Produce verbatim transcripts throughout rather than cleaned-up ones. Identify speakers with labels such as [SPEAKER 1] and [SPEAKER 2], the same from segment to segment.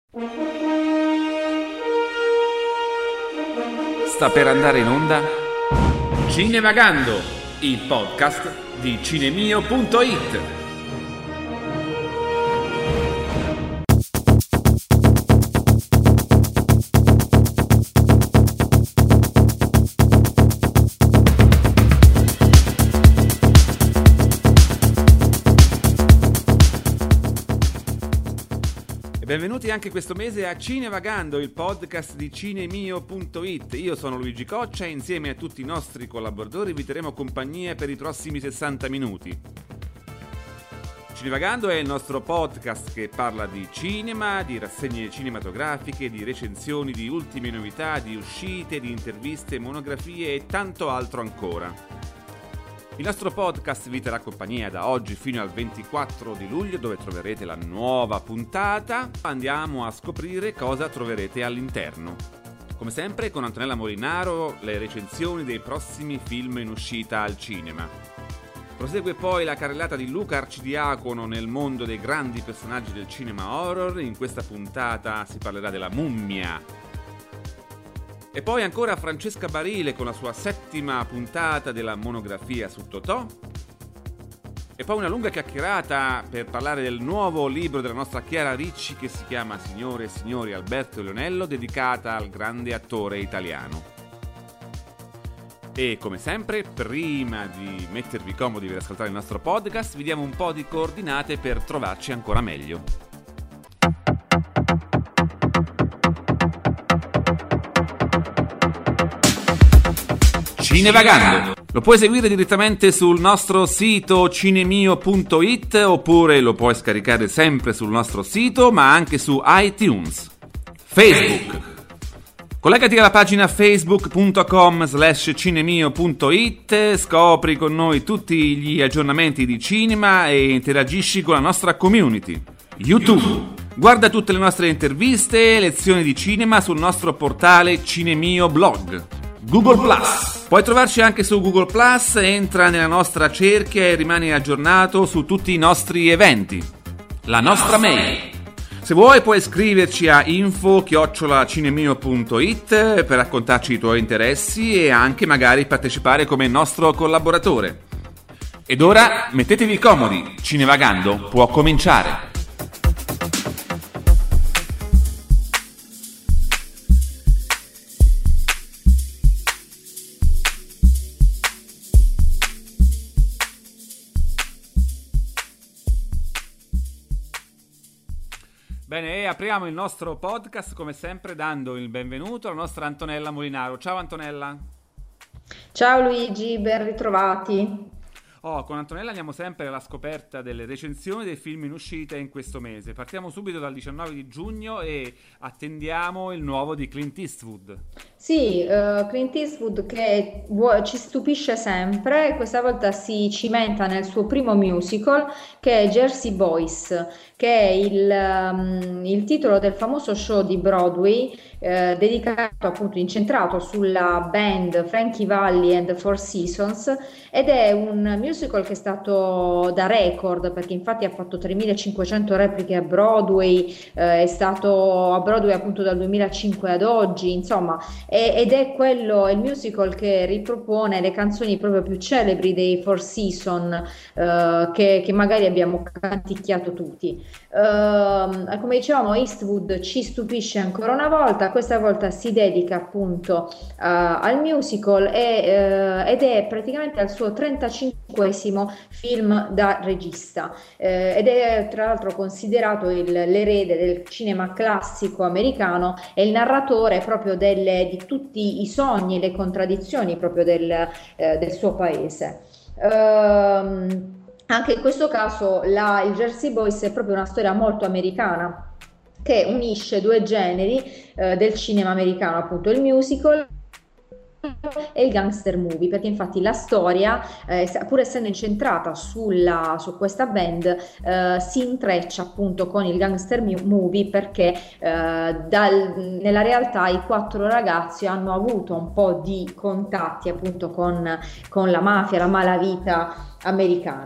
[SPEAKER 1] Sta per andare in onda Cinevagando, il podcast di cinemio punto it. Benvenuti anche questo mese a Cinevagando, il podcast di cinemio punto it. Io sono Luigi Coccia e insieme a tutti i nostri collaboratori vi terremo compagnia per i prossimi sessanta minuti. Cinevagando è il nostro podcast che parla di cinema, di rassegne cinematografiche, di recensioni, di ultime novità, di uscite, di interviste, monografie e tanto altro ancora. Il nostro podcast vi terrà compagnia da oggi fino al ventiquattro di luglio, dove troverete la nuova puntata. Andiamo a scoprire cosa troverete all'interno. Come sempre con Antonella Molinaro le recensioni dei prossimi film in uscita al cinema. Prosegue poi la carrellata di Luca Arcidiacono nel mondo dei grandi personaggi del cinema horror. In questa puntata si parlerà della Mummia. E poi ancora Francesca Barile con la sua settima puntata della monografia su Totò. E poi una lunga chiacchierata per parlare del nuovo libro della nostra Chiara Ricci che si chiama Signore e signori Alberto Leonello, dedicata al grande attore italiano. E come sempre, prima di mettervi comodi per ascoltare il nostro podcast, vi diamo un po' di coordinate per trovarci ancora meglio. Cinevagando lo puoi seguire direttamente sul nostro sito cinemio punto it oppure lo puoi scaricare sempre sul nostro sito, ma anche su iTunes. Facebook. Collegati alla pagina facebook punto com slash cinemio punto it, scopri con noi tutti gli aggiornamenti di cinema e interagisci con la nostra community. YouTube. Guarda tutte le nostre interviste e lezioni di cinema sul nostro portale Cinemio Blog. Google Plus. Puoi trovarci anche su Google Plus, entra nella nostra cerchia e rimani aggiornato su tutti i nostri eventi. La nostra mail. Se vuoi puoi scriverci a info chiocciola cinemio punto it per raccontarci i tuoi interessi e anche magari partecipare come nostro collaboratore. Ed ora mettetevi comodi, Cinevagando può cominciare. Bene, e apriamo il nostro podcast come sempre dando il benvenuto alla nostra Antonella Molinaro. Ciao Antonella.
[SPEAKER 2] Ciao Luigi, ben ritrovati.
[SPEAKER 1] Oh, con Antonella andiamo sempre alla scoperta delle recensioni dei film in uscita in questo mese. Partiamo subito dal diciannove di giugno e attendiamo il nuovo di Clint Eastwood.
[SPEAKER 2] Sì, uh, Clint Eastwood che vuo- ci stupisce sempre, questa volta si cimenta nel suo primo musical che è Jersey Boys, che è il, um, il titolo del famoso show di Broadway eh, dedicato appunto incentrato sulla band Frankie Valli and the Four Seasons, ed è un musical che è stato da record perché infatti ha fatto tremilacinquecento repliche a Broadway, eh, è stato a Broadway appunto dal duemilacinque ad oggi, insomma, è, ed è quello, è il musical che ripropone le canzoni proprio più celebri dei Four Seasons, eh, che, che magari abbiamo canticchiato tutti. Uh, come dicevamo, Eastwood ci stupisce ancora una volta, questa volta si dedica appunto uh, al musical e, uh, ed è praticamente al suo trentacinquesimo film da regista, uh, ed è tra l'altro considerato il, l'erede del cinema classico americano e il narratore proprio delle, di tutti i sogni e le contraddizioni proprio del, uh, del suo paese. Uh, Anche in questo caso la, il Jersey Boys è proprio una storia molto americana che unisce due generi eh, del cinema americano, appunto il musical e il gangster movie, perché infatti la storia, eh, pur essendo incentrata sulla, su questa band, eh, si intreccia appunto con il gangster movie perché eh, dal, nella realtà i quattro ragazzi hanno avuto un po' di contatti appunto con, con la mafia, la malavita americana.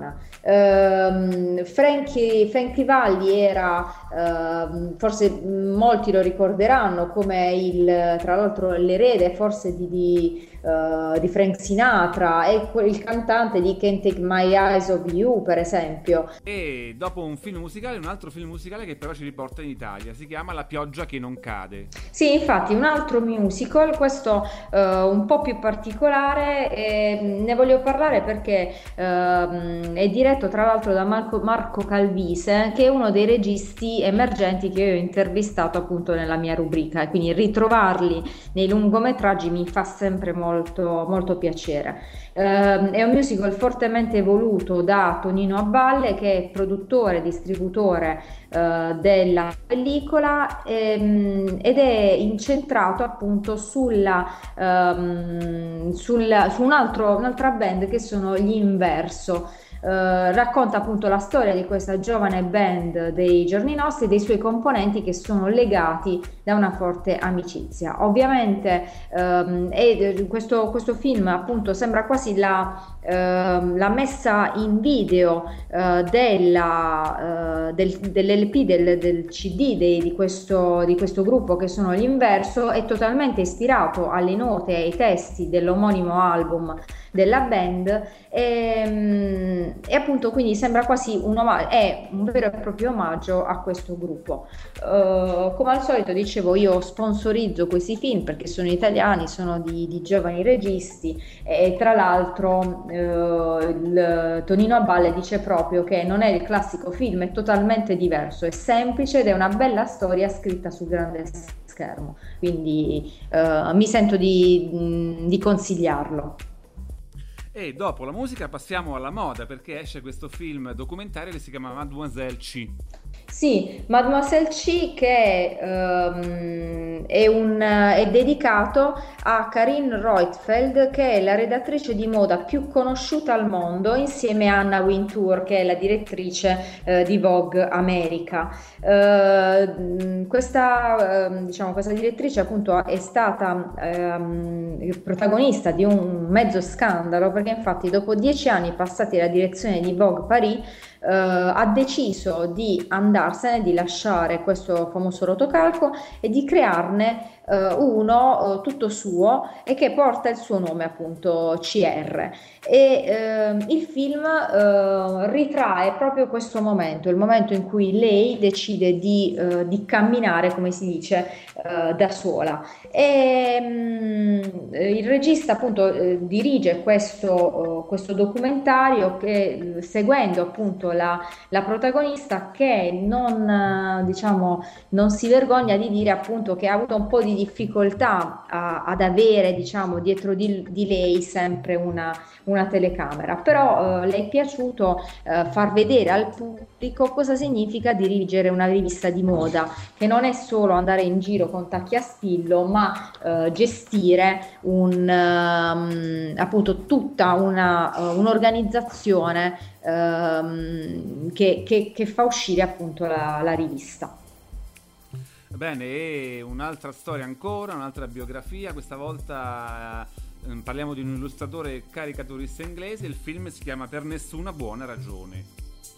[SPEAKER 2] Ehm, Frankie, Frankie Valli era, ehm, forse molti lo ricorderanno come il, tra l'altro l'erede forse di, di, eh, di Frank Sinatra, e que- il cantante di Can't Take My Eyes Off You, per esempio.
[SPEAKER 1] E dopo un film musicale, un altro film musicale che però ci riporta in Italia, si chiama La pioggia che non cade.
[SPEAKER 2] Sì, infatti, un altro musical, questo eh, un po' più particolare, e ne voglio parlare perché ehm, è diretto tra l'altro da Marco, Marco Calvise, che è uno dei registi emergenti che io ho intervistato appunto nella mia rubrica, e quindi ritrovarli nei lungometraggi mi fa sempre molto, molto piacere. Ehm, è un musical fortemente voluto da Tonino Abballe, che è produttore, distributore eh, della pellicola, ehm, ed è incentrato appunto sulla, ehm, sul- su un altro- un'altra band che sono gli Inverso. Eh, racconta appunto la storia di questa giovane band dei giorni nostri e dei suoi componenti che sono legati da una forte amicizia. Ovviamente ehm, e questo, questo film appunto sembra quasi la, ehm, la messa in video eh, della, eh, del, dell'L P, del, del C D dei- di questo, di questo gruppo che sono l'Inverso, è totalmente ispirato alle note e ai testi dell'omonimo album della band, e, mm, e appunto quindi sembra quasi un omaggio, è un vero e proprio omaggio a questo gruppo. Eh, come al solito dicevo, io sponsorizzo questi film perché sono italiani, sono di, di giovani registi, e tra l'altro eh, il- Tonino Abballe dice proprio che non è il classico film, è totalmente diverso, è semplice ed è una bella storia scritta sul grande schermo, quindi eh, mi sento di, mh, di consigliarlo.
[SPEAKER 1] E dopo la musica passiamo alla moda, perché esce questo film documentario che si chiama Mademoiselle C.
[SPEAKER 2] Sì, Mademoiselle C, che ehm, è, un- è dedicato a Karine Reutefeldt, che è la redattrice di moda più conosciuta al mondo, insieme a Anna Wintour, che è la direttrice eh, di Vogue America. Eh, mh, questa, ehm, diciamo, questa direttrice appunto è stata ehm, protagonista di un mezzo scandalo, perché infatti dopo dieci anni passati alla direzione di Vogue Paris, eh, ha deciso di andarsene, di lasciare questo famoso rotocalco e di crearne eh, uno eh, tutto suo, e che porta il suo nome, appunto C R. E ehm, il film eh, ritrae proprio questo momento, il momento in cui lei decide di, eh, di camminare, come si dice, eh, da sola. E, mm, il regista appunto eh, dirige questo, eh, questo documentario che, eh, seguendo appunto la, la protagonista, che non, eh, diciamo, non si vergogna di dire appunto che ha avuto un po' di difficoltà a- ad avere, diciamo, dietro di, di lei sempre una, una telecamera, però eh, le è piaciuto eh, far vedere al pubblico cosa significa dirigere una rivista di moda, che non è solo andare in giro con tacchi a spillo, ma eh, gestire un, ehm, appunto tutta una, eh, un'organizzazione ehm, che, che- che fa uscire appunto la, la rivista.
[SPEAKER 1] Bene, e un'altra storia ancora, un'altra biografia, questa volta eh, parliamo di un illustratore e caricaturista inglese, il film si chiama Per nessuna buona ragione.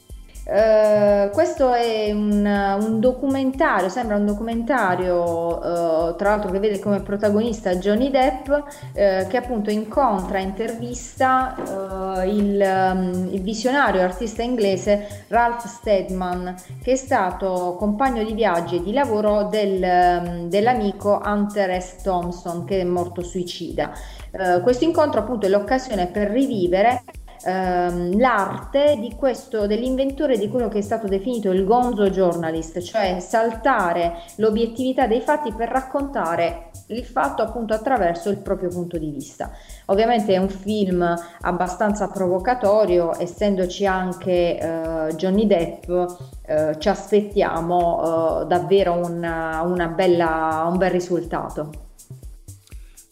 [SPEAKER 2] Eh, questo è un, un documentario, sembra un documentario, eh, tra l'altro, che vede come protagonista Johnny Depp, eh, che appunto incontra, intervista eh, il, um, il visionario artista inglese Ralph Steadman, che è stato compagno di viaggi e di lavoro del, um, dell'amico Hunter S. Thompson, che è morto suicida. Eh, questo incontro appunto è l'occasione per rivivere ehm, l'arte di questo, dell'inventore di quello che è stato definito il gonzo journalist, cioè saltare l'obiettività dei fatti per raccontare il fatto appunto attraverso il proprio punto di vista. Ovviamente è un film abbastanza provocatorio, essendoci anche eh, Johnny Depp, eh, ci aspettiamo eh, davvero una, una bella, un bel risultato.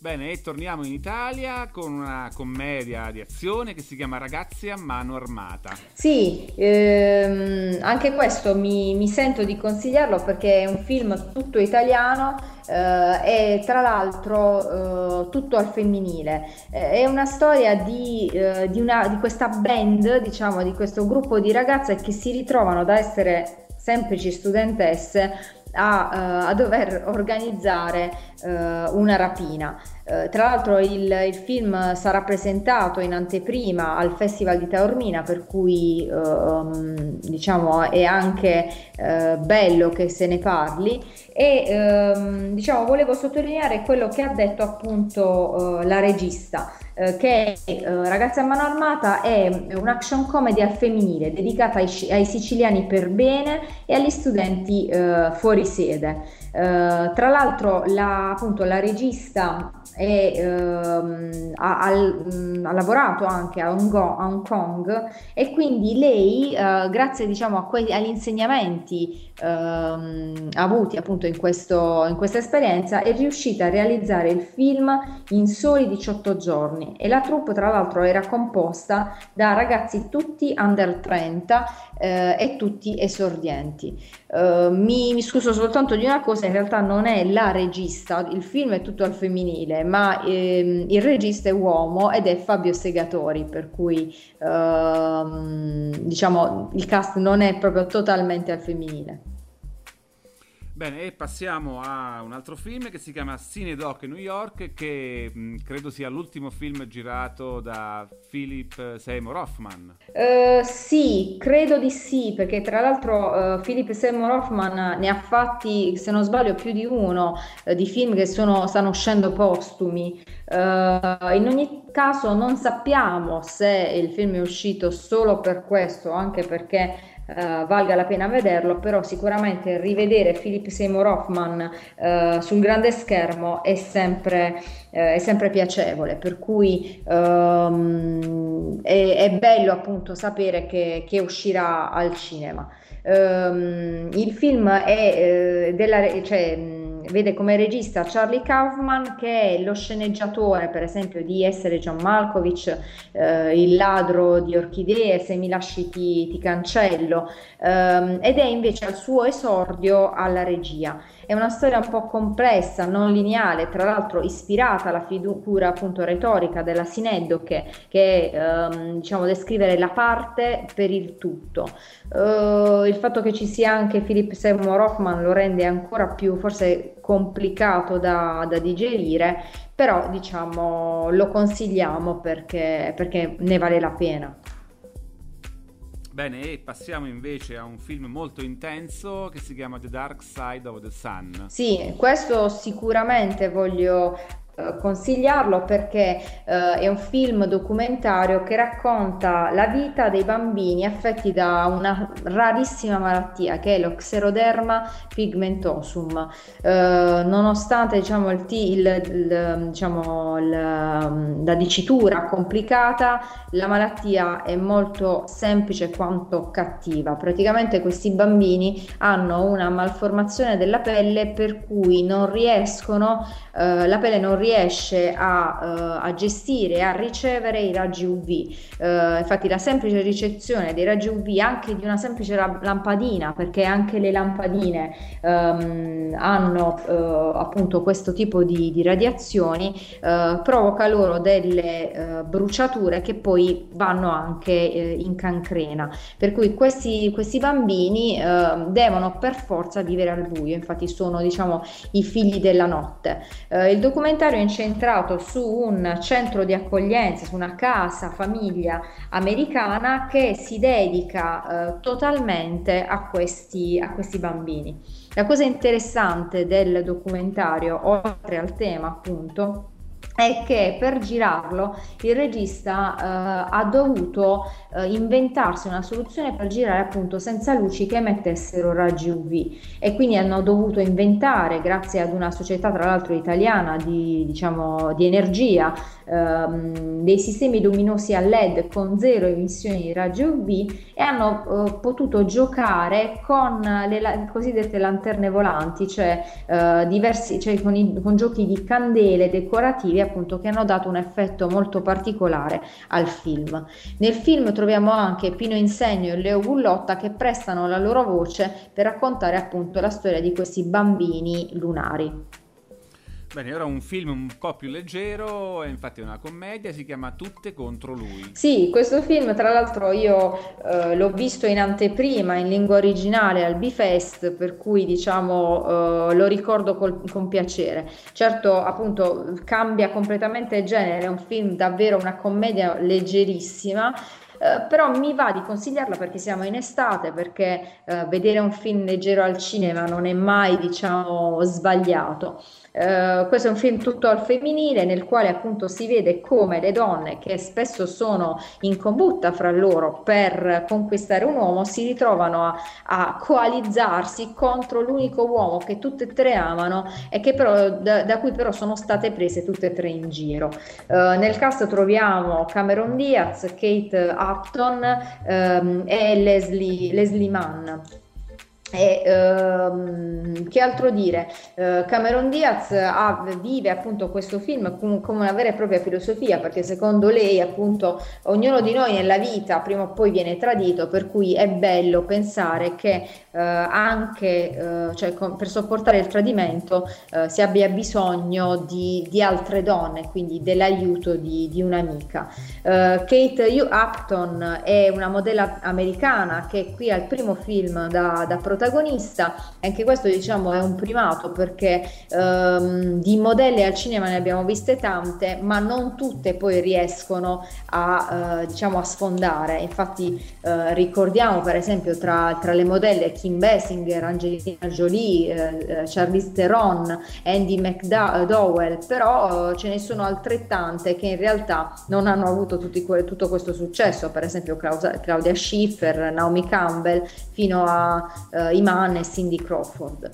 [SPEAKER 1] Bene, e torniamo in Italia con una commedia di azione che si chiama Ragazzi a mano armata.
[SPEAKER 2] Sì, ehm, anche questo mi, mi sento di consigliarlo perché è un film tutto italiano eh, e tra l'altro eh, tutto al femminile. Eh, è una storia di, eh, di, una, di questa band, diciamo, di questo gruppo di ragazze che si ritrovano da essere semplici studentesse a, uh, a dover organizzare uh, una rapina. Uh, tra l'altro il, il film sarà presentato in anteprima al Festival di Taormina, per cui uh, diciamo è anche uh, bello che se ne parli e uh, diciamo volevo sottolineare quello che ha detto appunto uh, la regista, uh, che uh, Ragazzi a mano armata è un action comedy al femminile dedicata ai, ai siciliani per bene e agli studenti uh, fuori sede. Uh, tra l'altro la, appunto, la regista è, uh, ha, ha, ha lavorato anche a Hong, a Hong Kong e quindi lei uh, grazie diciamo a que- agli insegnamenti uh, avuti appunto in, questo, in questa esperienza è riuscita a realizzare il film in soli diciotto giorni e la troupe tra l'altro era composta da ragazzi tutti under trenta eh, e tutti esordienti. Uh, mi, mi scuso soltanto di una cosa, in realtà non è la regista, il film è tutto al femminile, ma ehm, il regista è uomo ed è Fabio Segatori, per cui ehm, diciamo il cast non è proprio totalmente al femminile.
[SPEAKER 1] Bene, e passiamo a un altro film che si chiama Cinedoc New York, che mh, credo sia l'ultimo film girato da Philip Seymour Hoffman.
[SPEAKER 2] Uh, sì, credo di sì, perché tra l'altro uh, Philip Seymour Hoffman ne ha fatti, se non sbaglio, più di uno uh, di film che sono, stanno uscendo postumi. Uh, in ogni caso non sappiamo se il film è uscito solo per questo, anche perché Uh, valga la pena vederlo, però sicuramente rivedere Philip Seymour Hoffman uh, sul grande schermo è sempre, uh, è sempre piacevole, per cui um, è, è bello appunto sapere che, che uscirà al cinema. Um, il film è uh, della, cioè, vede come regista Charlie Kaufman, che è lo sceneggiatore per esempio di Essere John Malkovich, eh, Il ladro di orchidee, Se mi lasci ti, ti cancello, ehm, ed è invece al suo esordio alla regia. È una storia un po' complessa, non lineare, tra l'altro ispirata alla figura appunto retorica della sineddoche, che ehm, diciamo descrivere la parte per il tutto. Uh, il fatto che ci sia anche Philip Seymour Hoffman lo rende ancora più forse complicato da, da digerire, però diciamo lo consigliamo perché, perché ne vale la pena.
[SPEAKER 1] Bene, e passiamo invece a un film molto intenso che si chiama The Dark Side of the Sun.
[SPEAKER 2] Sì, questo sicuramente voglio eh, consigliarlo perché eh, è un film documentario che racconta la vita dei bambini affetti da una rarissima malattia che è lo Xeroderma pigmentosum. Eh, nonostante diciamo, il, il, il, diciamo, il, la dicitura complicata, la malattia è molto semplice quanto cattiva. Praticamente questi bambini hanno una malformazione della pelle per cui non riescono, eh, la pelle non riesce a, uh, a gestire e a ricevere i raggi U V. Uh, infatti la semplice ricezione dei raggi U V, anche di una semplice lampadina, perché anche le lampadine um, hanno uh, appunto questo tipo di, di radiazioni, uh, provoca loro delle uh, bruciature che poi vanno anche uh, in cancrena. Per cui questi, questi bambini uh, devono per forza vivere al buio, infatti sono diciamo i figli della notte. Uh, il documentario è incentrato su un centro di accoglienza, su una casa famiglia americana che si dedica eh, totalmente a questi, a questi bambini. La cosa interessante del documentario, oltre al tema appunto, è che per girarlo il regista eh, ha dovuto eh, inventarsi una soluzione per girare appunto senza luci che emettessero raggi U V, e quindi hanno dovuto inventare, grazie ad una società tra l'altro italiana di, diciamo, di energia, ehm, dei sistemi luminosi a L E D con zero emissioni di raggi U V, e hanno eh, potuto giocare con le la- cosiddette lanterne volanti, cioè eh, diversi, cioè con, i- con giochi di candele decorativi appunto, che hanno dato un effetto molto particolare al film. Nel film troviamo anche Pino Insegno e Leo Gullotta che prestano la loro voce per raccontare appunto la storia di questi bambini lunari.
[SPEAKER 1] Bene, ora un film un po' più leggero, è infatti una commedia, si chiama Tutte contro lui.
[SPEAKER 2] Sì, questo film tra l'altro io eh, l'ho visto in anteprima in lingua originale al Bifest, per cui diciamo eh, lo ricordo col- con piacere. Certo, appunto, cambia completamente genere, è un film davvero una commedia leggerissima. Eh, però mi va di consigliarla perché siamo in estate, perché eh, vedere un film leggero al cinema non è mai, diciamo, sbagliato. Eh, questo è un film tutto al femminile nel quale appunto si vede come le donne, che spesso sono in combutta fra loro per conquistare un uomo, si ritrovano a, a coalizzarsi contro l'unico uomo che tutte e tre amano, e che però, da, da cui però sono state prese tutte e tre in giro. Eh, nel cast troviamo Cameron Diaz, Kate Upton ehm, e Leslie, Leslie Mann. E, ehm, che altro dire? Eh, Cameron Diaz ha- vive appunto questo film com- come una vera e propria filosofia, perché secondo lei appunto ognuno di noi nella vita prima o poi viene tradito, per cui è bello pensare che eh, anche eh, cioè, con- per sopportare il tradimento eh, si abbia bisogno di, di altre donne, quindi dell'aiuto di, di un'amica. Eh, Kate Upton è una modella americana che qui ha il primo film da, da protagonista. Anche questo diciamo è un primato, perché ehm, di modelle al cinema ne abbiamo viste tante, ma non tutte poi riescono a, eh, diciamo, a sfondare. Infatti eh, ricordiamo per esempio tra, tra le modelle Kim Basinger, Angelina Jolie, eh, eh, Charlize Theron, Andy McDowell, però eh, ce ne sono altrettante che in realtà non hanno avuto tutti que- tutto questo successo, per esempio Claudia, Claudia Schiffer, Naomi Campbell, fino a uh, Iman e Cindy Crawford.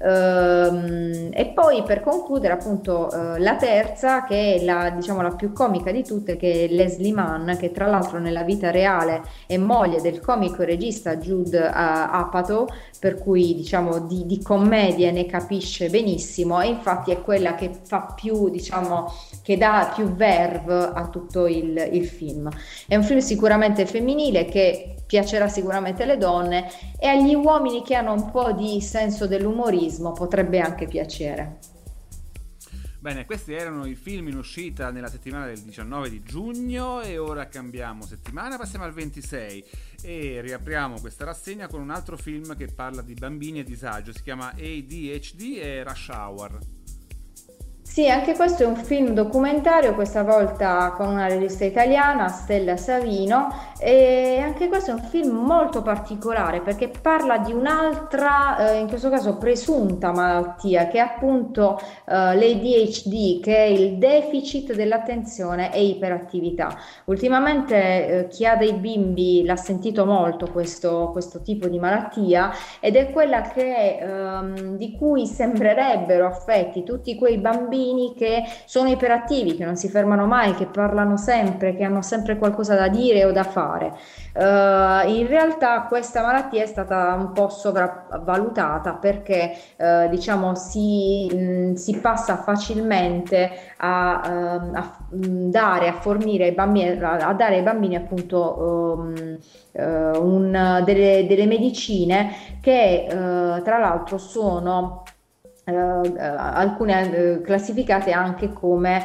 [SPEAKER 2] Ehm, e poi per concludere appunto eh, la terza, che è la, diciamo, la più comica di tutte, che è Leslie Mann, che tra l'altro nella vita reale è moglie del comico e regista Jude uh, Apatow, per cui diciamo di, di commedie ne capisce benissimo, e infatti è quella che fa più, diciamo, che dà più verve a tutto il, il film. È un film sicuramente femminile che piacerà sicuramente alle donne, e agli uomini che hanno un po' di senso dell'umorismo potrebbe anche piacere.
[SPEAKER 1] Bene, questi erano i film in uscita nella settimana del diciannove di giugno, e ora cambiamo settimana, passiamo al ventisei e riapriamo questa rassegna con un altro film che parla di bambini e disagio, si chiama A D H D e Rush Hour.
[SPEAKER 2] Sì, anche questo è un film documentario, questa volta con una regista italiana, Stella Savino, e anche questo è un film molto particolare perché parla di un'altra, eh, in questo caso presunta malattia, che è appunto eh, l'A D H D, che è il deficit dell'attenzione e iperattività. Ultimamente eh, chi ha dei bimbi l'ha sentito molto questo, questo tipo di malattia, ed è quella che, ehm, di cui sembrerebbero affetti tutti quei bambini che sono iperattivi, che non si fermano mai, che parlano sempre, che hanno sempre qualcosa da dire o da fare. Uh, in realtà questa malattia è stata un po' sopravvalutata, perché uh, diciamo si, mh, si passa facilmente a, uh, a dare, a fornire ai bambini, a dare ai bambini appunto um, uh, un, delle, delle medicine che uh, tra l'altro sono Uh, alcune uh, classificate anche come,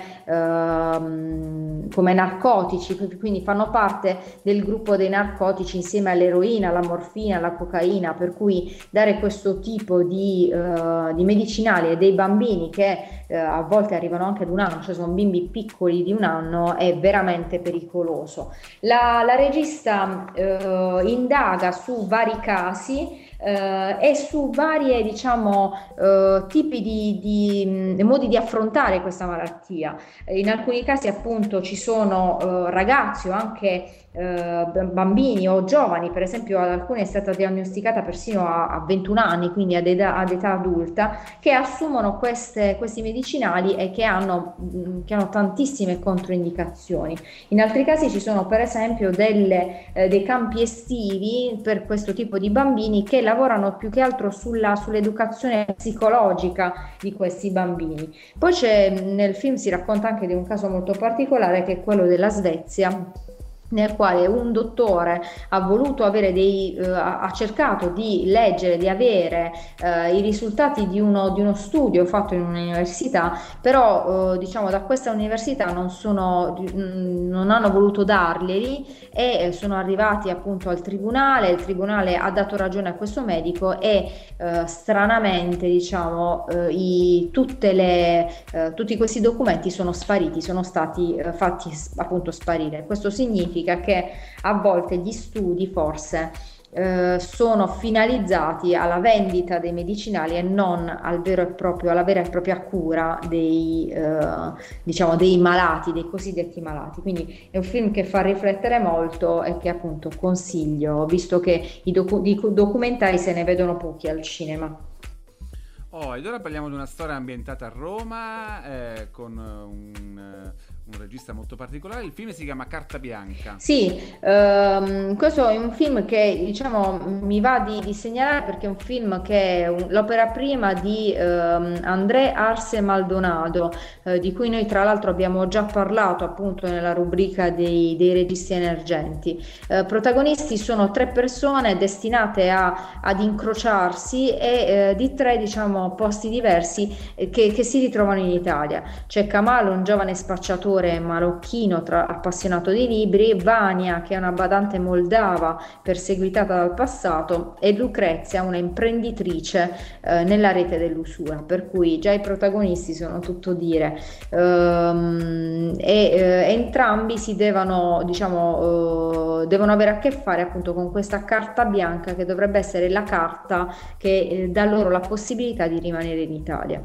[SPEAKER 2] uh, come narcotici, quindi fanno parte del gruppo dei narcotici insieme all'eroina, alla morfina, alla cocaina, per cui dare questo tipo di, uh, di medicinali a dei bambini che uh, a volte arrivano anche ad un anno, cioè sono bimbi piccoli di un anno, è veramente pericoloso. La, la regista uh, indaga su vari casi eh, e su varie, diciamo, eh, tipi di, di mh, modi di affrontare questa malattia. In alcuni casi appunto ci sono eh, ragazzi o anche eh, bambini o giovani, per esempio ad alcuni è stata diagnosticata persino a, a ventuno anni, quindi ad età, ad età adulta, che assumono queste, questi medicinali e che hanno, mh, che hanno tantissime controindicazioni. In altri casi ci sono per esempio delle, eh, dei campi estivi per questo tipo di bambini che lavorano più che altro sulla, sull'educazione psicologica di questi bambini. Poi c'è, nel film si racconta anche di un caso molto particolare che è quello della Svezia, nel quale un dottore ha voluto avere dei, eh, ha cercato di leggere, di avere eh, i risultati di uno, di uno studio fatto in un'università, però eh, diciamo da questa università non sono, mh, non hanno voluto darglieli e sono arrivati appunto al tribunale. Il tribunale ha dato ragione a questo medico e eh, stranamente diciamo eh, i, tutte le, eh, tutti questi documenti sono spariti, sono stati eh, fatti appunto sparire. Questo significa che a volte gli studi forse eh, sono finalizzati alla vendita dei medicinali e non al vero e proprio, alla vera e propria cura dei, eh, diciamo, dei malati, dei cosiddetti malati. Quindi è un film che fa riflettere molto e che appunto consiglio, visto che i docu- di documentari se ne vedono pochi al cinema.
[SPEAKER 1] Oh, ed ora parliamo di una storia ambientata a Roma eh, con un, un regista molto particolare. Il film si chiama Carta Bianca.
[SPEAKER 2] Sì, ehm, questo è un film che diciamo mi va di, di segnalare perché è un film che è un- l'opera prima di ehm, André Arce Maldonado, eh, di cui noi tra l'altro abbiamo già parlato appunto nella rubrica dei, dei registi emergenti. Eh, protagonisti sono tre persone destinate a- ad incrociarsi e eh, di tre diciamo posti diversi eh, che, che si ritrovano in Italia. C'è Kamal, un giovane spacciatore marocchino tra- appassionato di libri, Vania, che è una badante moldava perseguitata dal passato, e Lucrezia, una imprenditrice eh, nella rete dell'usura, per cui già i protagonisti sono tutto dire. Ehm, e eh, entrambi si devono, diciamo, eh, devono avere a che fare appunto con questa carta bianca che dovrebbe essere la carta che eh, dà loro la possibilità di rimanere in Italia.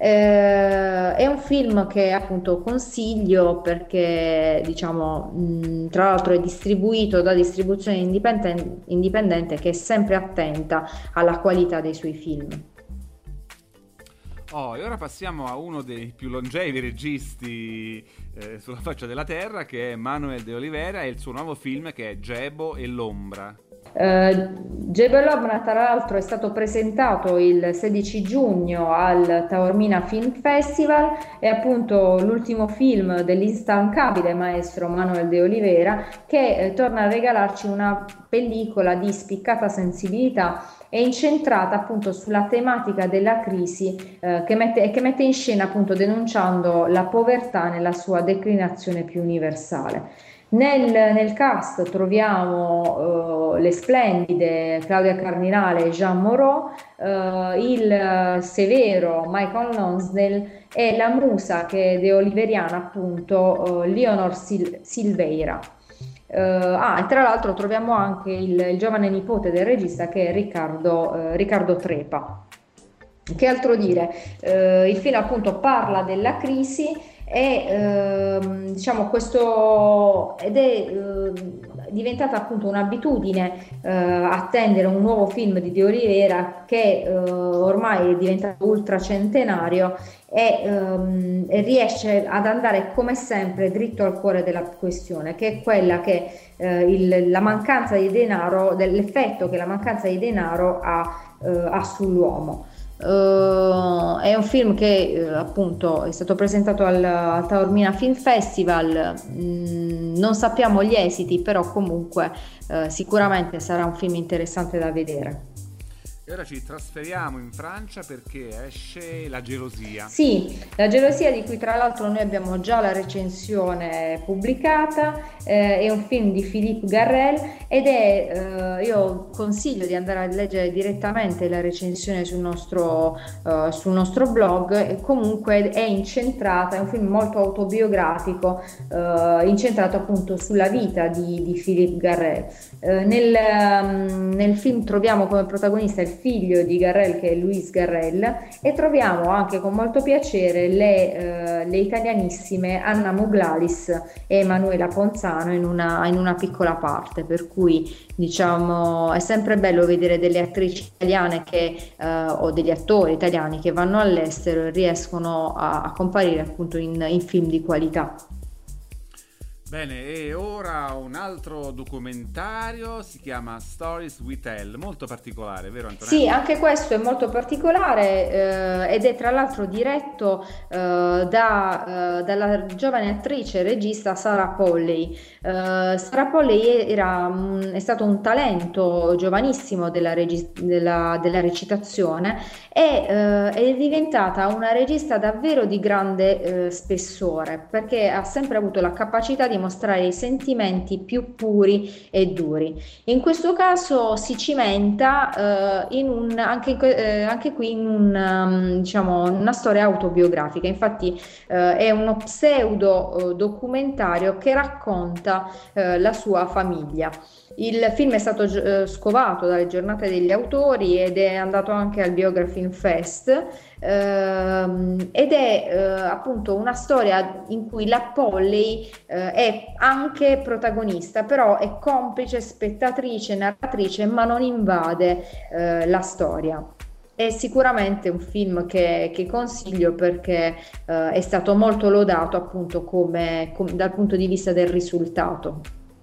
[SPEAKER 2] Eh, è un film che appunto consiglio perché diciamo mh, tra l'altro è distribuito da distribuzione indipendente, indipendente che è sempre attenta alla qualità dei suoi film.
[SPEAKER 1] Oh, e ora passiamo a uno dei più longevi registi eh, sulla faccia della terra, che è Manuel de Oliveira, e il suo nuovo film che è Gebo e l'ombra.
[SPEAKER 2] Eh, Gebelobna tra l'altro è stato presentato il sedici giugno al Taormina Film Festival, è appunto l'ultimo film dell'instancabile maestro Manuel de Oliveira che eh, torna a regalarci una pellicola di spiccata sensibilità e incentrata appunto sulla tematica della crisi eh, che mette, che mette in scena appunto denunciando la povertà nella sua declinazione più universale. Nel, nel cast troviamo eh, le splendide Claudia Cardinale e Jean Moreau, eh, il severo Michael Lonsdale e la musa che è de Oliveriana appunto eh, Leonor Sil- Silveira. Eh, ah, e tra l'altro troviamo anche il, il giovane nipote del regista che è Riccardo, eh, Riccardo Trepa. Che altro dire? Eh, il film appunto parla della crisi e ehm, diciamo questo ed è eh, diventata appunto un'abitudine eh, attendere un nuovo film di De Oliveira che eh, ormai è diventato ultracentenario e, ehm, e riesce ad andare come sempre dritto al cuore della questione, che è quella che eh, il, la mancanza di denaro, dell'effetto che la mancanza di denaro ha, eh, ha sull'uomo. Uh, è un film che uh, appunto è stato presentato al, al Taormina Film Festival. Mm, non sappiamo gli esiti, però comunque uh, sicuramente sarà un film interessante da vedere.
[SPEAKER 1] E ora ci trasferiamo in Francia perché esce La gelosia.
[SPEAKER 2] Sì, La gelosia di cui tra l'altro noi abbiamo già la recensione pubblicata, eh, è un film di Philippe Garrel ed è, eh, io consiglio di andare a leggere direttamente la recensione sul nostro, eh, sul nostro blog e comunque è incentrata, è un film molto autobiografico, eh, incentrato appunto sulla vita di, di Philippe Garrel. Eh, nel, um, nel film troviamo come protagonista il figlio di Garrel che è Louis Garrel e troviamo anche con molto piacere le, eh, le italianissime Anna Muglalis e Emanuela Ponzano in una, in una piccola parte, per cui diciamo è sempre bello vedere delle attrici italiane che, eh, o degli attori italiani che vanno all'estero e riescono a, a comparire appunto in, in film di qualità.
[SPEAKER 1] Bene, e ora un altro documentario, si chiama Stories We Tell, molto particolare, vero Antonella?
[SPEAKER 2] Sì, anche questo è molto particolare eh, ed è tra l'altro diretto eh, da, eh, dalla giovane attrice e regista Sarah Polley. Eh, Sarah Polley era, un- è stato un talento giovanissimo della, regi- della- della recitazione e eh, è diventata una regista davvero di grande eh, spessore perché ha sempre avuto la capacità di mostrare i sentimenti più puri e duri. In questo caso si cimenta eh, in un, anche, in que- eh, anche qui in un, um, diciamo, una storia autobiografica. Infatti eh, è uno pseudo eh, documentario che racconta eh, la sua famiglia. Il film è stato eh, scovato dalle giornate degli autori ed è andato anche al Biography Fest ehm, ed è eh, appunto una storia in cui la Polley eh, è anche protagonista, però è complice, spettatrice, narratrice, ma non invade eh, la storia. È sicuramente un film che, che consiglio perché eh, è stato molto lodato appunto come, come- dal punto di vista del risultato.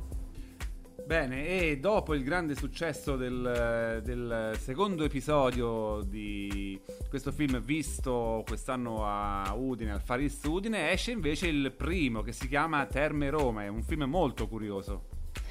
[SPEAKER 1] Bene, e dopo il grande successo del, del secondo episodio di questo film visto quest'anno a Udine, al Far East Udine, esce invece il primo che si chiama Terme Roma, è un film molto curioso.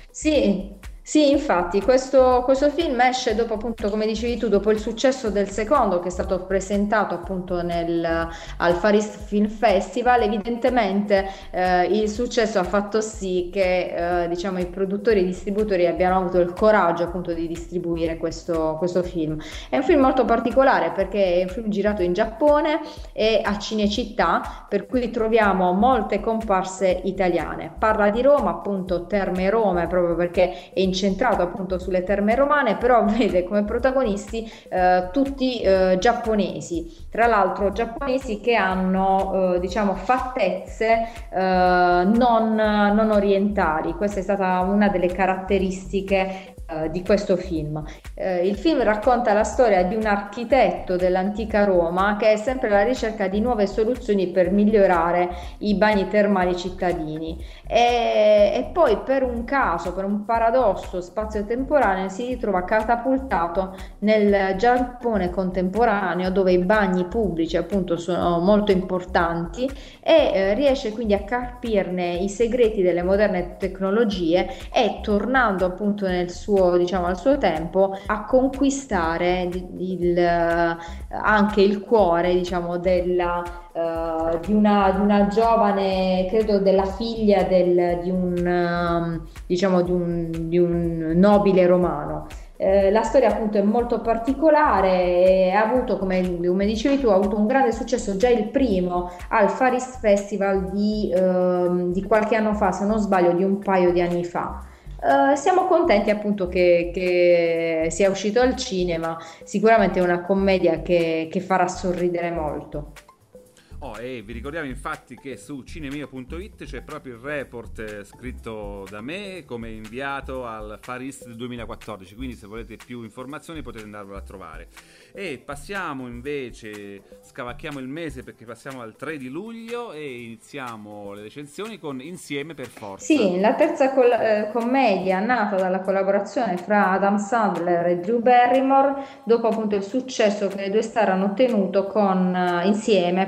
[SPEAKER 2] Sì, sì, infatti questo, questo film esce dopo appunto, come dicevi tu, dopo il successo del secondo che è stato presentato appunto nel, al Far East Film Festival. Evidentemente eh, il successo ha fatto sì che eh, diciamo, i produttori e i distributori abbiano avuto il coraggio appunto di distribuire questo, questo film. È un film molto particolare perché è un film girato in Giappone e a Cinecittà, per cui troviamo molte comparse italiane. Parla di Roma, appunto Terme Rome, proprio perché è incentrato appunto sulle terme romane, però vede come protagonisti eh, tutti eh, giapponesi, tra l'altro giapponesi che hanno eh, diciamo fattezze eh, non, non orientali. Questa è stata una delle caratteristiche eh, di questo film. Eh, il film racconta la storia di un architetto dell'antica Roma che è sempre alla ricerca di nuove soluzioni per migliorare i bagni termali cittadini e, e poi per un caso, per un paradosso spazio-temporaneo, si ritrova catapultato nel Giappone contemporaneo dove i bagni pubblici appunto sono molto importanti e eh, riesce quindi a carpirne i segreti delle moderne tecnologie e tornando appunto nel suo, diciamo, al suo tempo a conquistare il, eh, anche il cuore, diciamo, della, eh, di una, di una giovane, credo della figlia del- di un, ehm, diciamo, di un, di un nobile romano. Eh, la storia appunto è molto particolare e ha avuto, come, come dicevi tu, ha avuto un grande successo già il primo al Far East Festival di, ehm, di qualche anno fa, se non sbaglio, di un paio di anni fa. Eh, siamo contenti appunto che, che sia uscito al cinema, sicuramente è una commedia che, che farà sorridere molto.
[SPEAKER 1] Oh, e vi ricordiamo infatti che su cinemio punto it c'è proprio il report eh, scritto da me come inviato al Far East del duemilaquattordici, quindi se volete più informazioni potete andarvelo a trovare. E passiamo invece, scavacchiamo il mese perché passiamo al tre di luglio e iniziamo le recensioni con Insieme per forza.
[SPEAKER 2] Sì, la terza col- eh, commedia nata dalla collaborazione fra Adam Sandler e Drew Barrymore, dopo appunto il successo che le due star hanno ottenuto con, eh, insieme appunto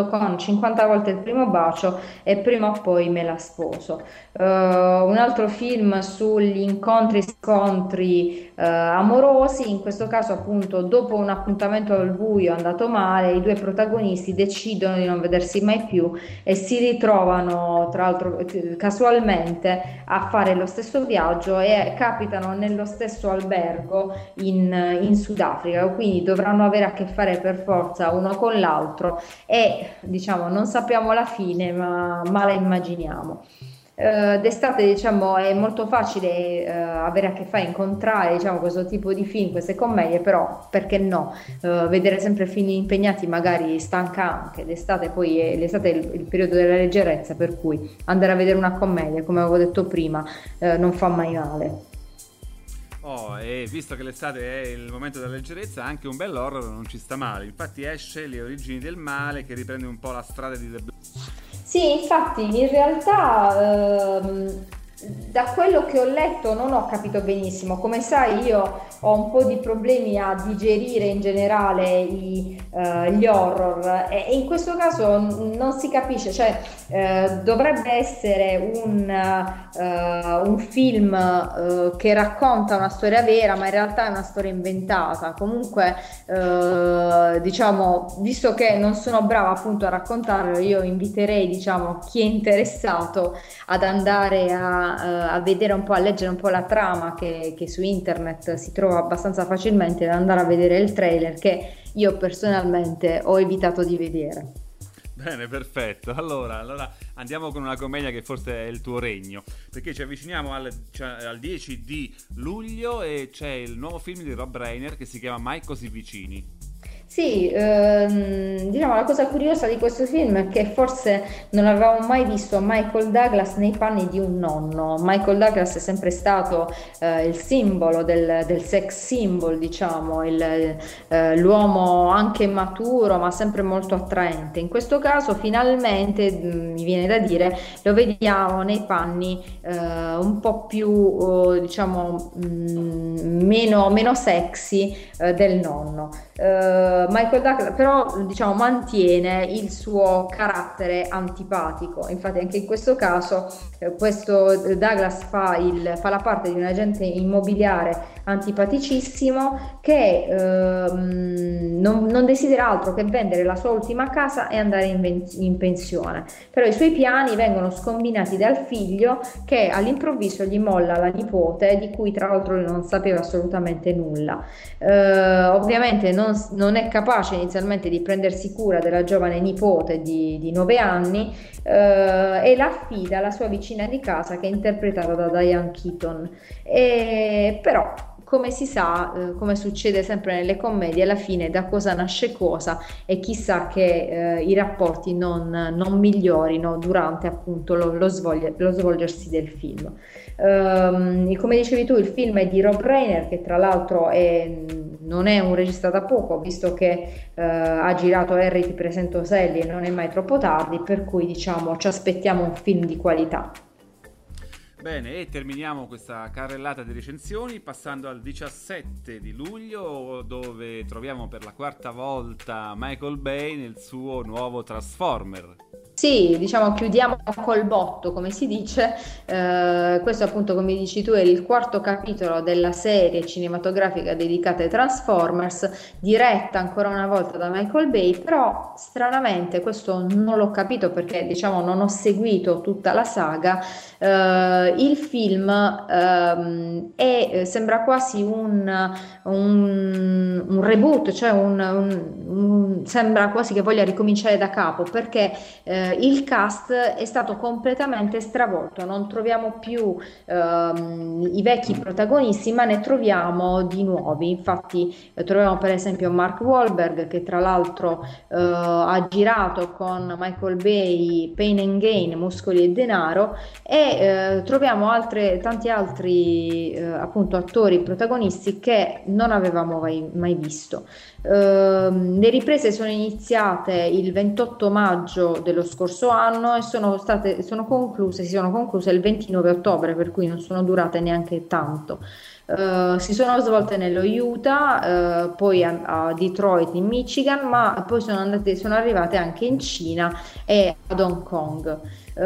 [SPEAKER 2] Hollywood con cinquanta volte il primo bacio e prima o poi me la sposo. Eh, un altro film sugli incontri e scontri eh, amorosi, in questo caso appunto dopo un appuntamento al buio andato male, i due protagonisti decidono di non vedersi mai più e si ritrovano tra l'altro eh, casualmente a fare lo stesso viaggio e capitano nello stesso albergo in, in Sudafrica, quindi dovranno avere a che fare per forza uno con l'altro e diciamo non sappiamo la fine ma, ma la immaginiamo. Eh, d'estate diciamo è molto facile eh, avere a che fare, incontrare diciamo questo tipo di film, queste commedie, però perché no? Eh, vedere sempre film impegnati magari stanca anche, d'estate poi è, l'estate è il, il periodo della leggerezza, per cui andare a vedere una commedia, come avevo detto prima, eh, non fa mai male.
[SPEAKER 1] Oh, e visto che l'estate è il momento della leggerezza, anche un bel horror non ci sta male. Infatti esce Le origini del male, che riprende un po' la strada di The Black.
[SPEAKER 2] Sì, infatti in realtà ehm, da quello che ho letto non ho capito benissimo. Come sai, io ho un po' di problemi a digerire in generale i, eh, gli horror e, e in questo caso n- non si capisce, cioè eh, dovrebbe essere un, eh, un film eh, che racconta una storia vera, ma in realtà è una storia inventata. Comunque, eh, diciamo, visto che non sono brava appunto a raccontarlo, io inviterei, diciamo, chi è interessato ad andare a a vedere un po', a leggere un po' la trama che, che su internet si trova abbastanza facilmente, da andare a vedere il trailer che io personalmente ho evitato di vedere.
[SPEAKER 1] Bene, perfetto. Allora, allora andiamo con una commedia che forse è il tuo regno, perché ci avviciniamo al, cioè, al dieci di luglio e c'è il nuovo film di Rob Reiner che si chiama Mai così vicini.
[SPEAKER 2] Sì, ehm, diciamo la cosa curiosa di questo film è che forse non avevamo mai visto Michael Douglas nei panni di un nonno. Michael Douglas è sempre stato eh, il simbolo del, del sex symbol, diciamo, il, eh, l'uomo anche maturo ma sempre molto attraente. In questo caso finalmente, mh, mi viene da dire, lo vediamo nei panni eh, un po' più, oh, diciamo, mh, meno, meno sexy eh, del nonno. Uh, Michael Douglas però diciamo mantiene il suo carattere antipatico, infatti anche in questo caso eh, questo Douglas fa, il, fa la parte di un agente immobiliare antipaticissimo che eh, non, non desidera altro che vendere la sua ultima casa e andare in, ven- in pensione, però i suoi piani vengono scombinati dal figlio che all'improvviso gli molla la nipote di cui tra l'altro lui non sapeva assolutamente nulla. Uh, ovviamente non, non è capace inizialmente di prendersi cura della giovane nipote di, di nove anni uh, e la affida alla sua vicina di casa che è interpretata da Diane Keaton. E, però come si sa, eh, come succede sempre nelle commedie, alla fine da cosa nasce cosa e chissà che eh, i rapporti non, non migliorino durante appunto lo, lo, svolge, lo svolgersi del film. Um, come dicevi tu, il film è di Rob Reiner, che tra l'altro è, non è un regista da poco, visto che uh, ha girato Harry ti presento Sally e Non è mai troppo tardi, per cui diciamo ci aspettiamo un film di qualità.
[SPEAKER 1] Bene, e terminiamo questa carrellata di recensioni passando al diciassette di luglio, dove troviamo per la quarta volta Michael Bay nel suo nuovo Transformer.
[SPEAKER 2] Sì, diciamo chiudiamo col botto, come si dice. Eh, questo appunto, come dici tu, è il quarto capitolo della serie cinematografica dedicata ai Transformers, diretta ancora una volta da Michael Bay, però stranamente questo non l'ho capito perché diciamo non ho seguito tutta la saga. Eh, il film ehm, è, sembra quasi un, un, un reboot, cioè un, un, un, sembra quasi che voglia ricominciare da capo perché eh, il cast è stato completamente stravolto, non troviamo più ehm, i vecchi protagonisti ma ne troviamo di nuovi. Infatti eh, troviamo per esempio Mark Wahlberg, che tra l'altro eh, ha girato con Michael Bay Pain and Gain, Muscoli e Denaro, e eh, troviamo altre, tanti altri eh, appunto attori protagonisti che non avevamo mai, mai visto. Uh, le riprese sono iniziate il ventotto maggio dello scorso scorso anno e sono state, sono concluse, si sono concluse il ventinove ottobre, per cui non sono durate neanche tanto. Uh, si sono svolte nello Utah, uh, poi a, a Detroit in Michigan, ma poi sono andate, sono arrivate anche in Cina e ad Hong Kong.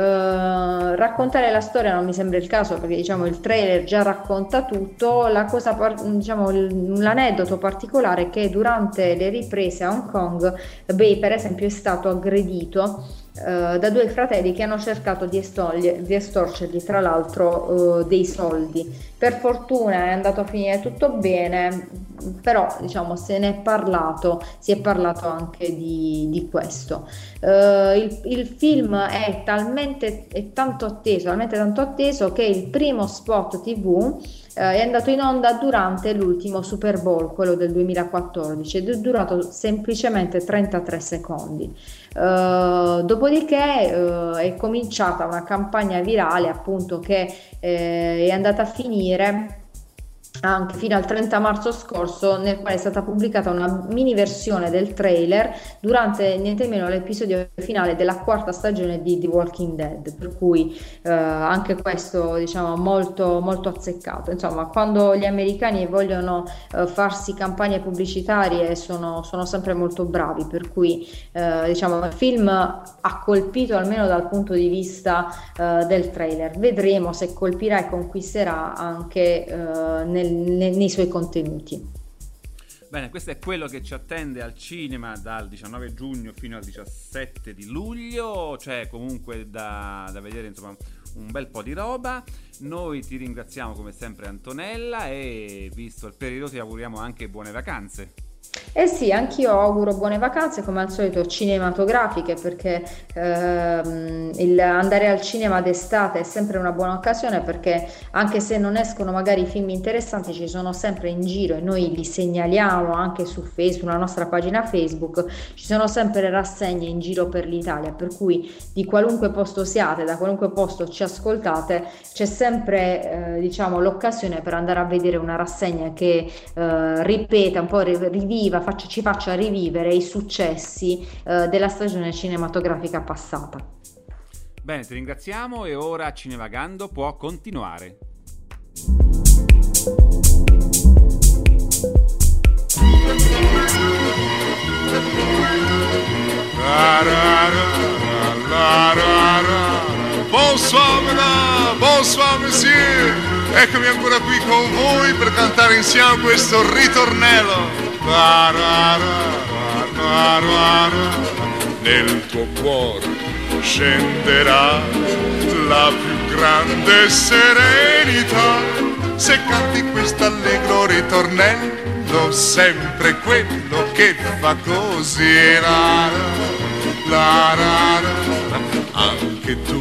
[SPEAKER 2] Uh, raccontare la storia non mi sembra il caso, perché diciamo il trailer già racconta tutto. La cosa, diciamo, l'aneddoto particolare è che durante le riprese a Hong Kong Bay, per esempio, è stato aggredito Uh, da due fratelli che hanno cercato di, estogli- di estorcergli tra l'altro uh, dei soldi. Per fortuna è andato a finire tutto bene, però diciamo se ne è parlato, si è parlato anche di, di questo. Uh, il, il film è talmente è tanto atteso, talmente tanto atteso che il primo spot tivù è andato in onda durante l'ultimo Super Bowl, quello del duemilaquattordici, ed è durato semplicemente trentatré secondi. Uh, dopodiché uh, è cominciata una campagna virale, appunto, che eh, è andata a finire anche fino al trenta marzo scorso, nel quale è stata pubblicata una mini versione del trailer durante niente meno l'episodio finale della quarta stagione di The Walking Dead, per cui eh, anche questo diciamo molto molto azzeccato. Insomma, quando gli americani vogliono eh, farsi campagne pubblicitarie sono, sono sempre molto bravi, per cui eh, diciamo il film ha colpito almeno dal punto di vista eh, del trailer. Vedremo se colpirà e conquisterà anche eh, nel Nei, nei suoi contenuti.
[SPEAKER 1] Bene, questo è quello che ci attende al cinema dal diciannove giugno fino al diciassette di luglio, c'è comunque da, da vedere, insomma, un bel po' di roba. Noi ti ringraziamo come sempre, Antonella, e visto il periodo ti auguriamo anche buone vacanze.
[SPEAKER 2] Eh sì, anch'io auguro buone vacanze, come al solito cinematografiche, perché ehm, il andare al cinema d'estate è sempre una buona occasione, perché anche se non escono magari film interessanti, ci sono sempre in giro e noi li segnaliamo anche su Facebook, sulla nostra pagina Facebook, ci sono sempre rassegne in giro per l'Italia, per cui di qualunque posto siate, da qualunque posto ci ascoltate, c'è sempre eh, diciamo l'occasione per andare a vedere una rassegna che eh, ripeta un po', riviva, faccia, ci faccia rivivere i successi eh, della stagione cinematografica passata.
[SPEAKER 1] Bene, ti ringraziamo e ora Cinevagando può continuare.
[SPEAKER 3] Bonsoir madame, bonsoir monsieur, eccomi ancora qui con voi per cantare insieme questo ritornello. Nel tuo cuore scenderà la più grande serenità se canti questo allegro ritornello, sempre quello che fa così. La, la, la, la. Anche tu,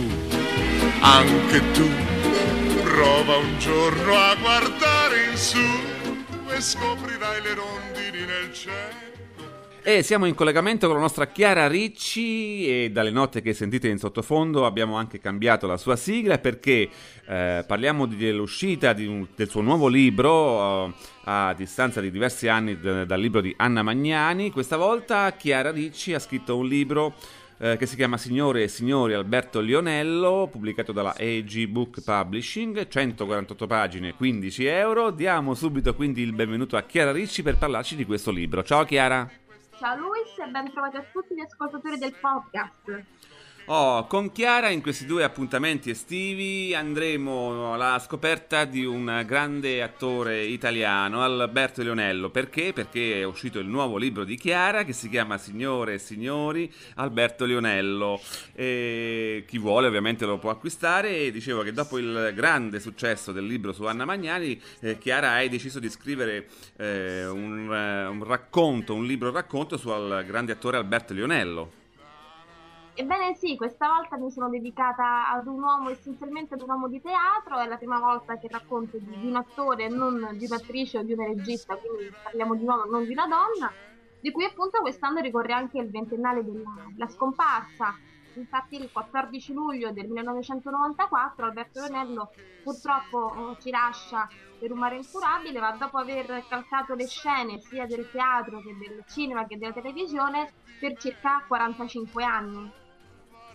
[SPEAKER 3] anche tu, prova un giorno a guardare in su e scoprirai le rondini nel cielo.
[SPEAKER 1] E siamo in collegamento con la nostra Chiara Ricci, e dalle note che sentite in sottofondo abbiamo anche cambiato la sua sigla, perché eh, parliamo di, dell'uscita di un, del suo nuovo libro uh, a distanza di diversi anni d- dal libro di Anna Magnani. Questa volta Chiara Ricci ha scritto un libro eh, che si chiama Signore e Signori Alberto Lionello, pubblicato dalla A G Book Publishing, centoquarantotto pagine, quindici euro. Diamo subito quindi il benvenuto a Chiara Ricci per parlarci di questo libro. Ciao Chiara!
[SPEAKER 4] Ciao Luis e ben trovati a tutti gli ascoltatori del podcast.
[SPEAKER 1] Oh, con Chiara in questi due appuntamenti estivi andremo alla scoperta di un grande attore italiano, Alberto Lionello. Perché? Perché è uscito il nuovo libro di Chiara che si chiama Signore e Signori Alberto Lionello, e chi vuole ovviamente lo può acquistare. E dicevo che dopo il grande successo del libro su Anna Magnani, eh, Chiara hai deciso di scrivere eh, un, eh, un racconto, un libro racconto sul grande attore Alberto Lionello.
[SPEAKER 4] Ebbene sì, questa volta mi sono dedicata ad un uomo, essenzialmente ad un uomo di teatro. È la prima volta che racconto di, di un attore, non di un'attrice o di una regista, quindi parliamo di un uomo, non di una donna, di cui appunto quest'anno ricorre anche il ventennale della, della scomparsa. Infatti il quattordici luglio del millenovecentonovantaquattro Alberto Lionello purtroppo eh, ci lascia per un mare incurabile, ma dopo aver calcato le scene sia del teatro che del cinema che della televisione per circa quarantacinque anni.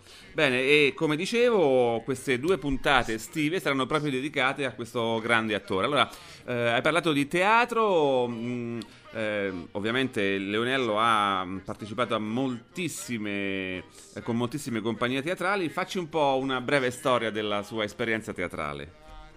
[SPEAKER 1] Bene, e come dicevo, queste due puntate estive saranno proprio dedicate a questo grande attore. Allora, eh, hai parlato di teatro, mh, eh, ovviamente Leonello ha partecipato a moltissime, eh, con moltissime compagnie teatrali. Facci un po' una breve storia della sua esperienza teatrale.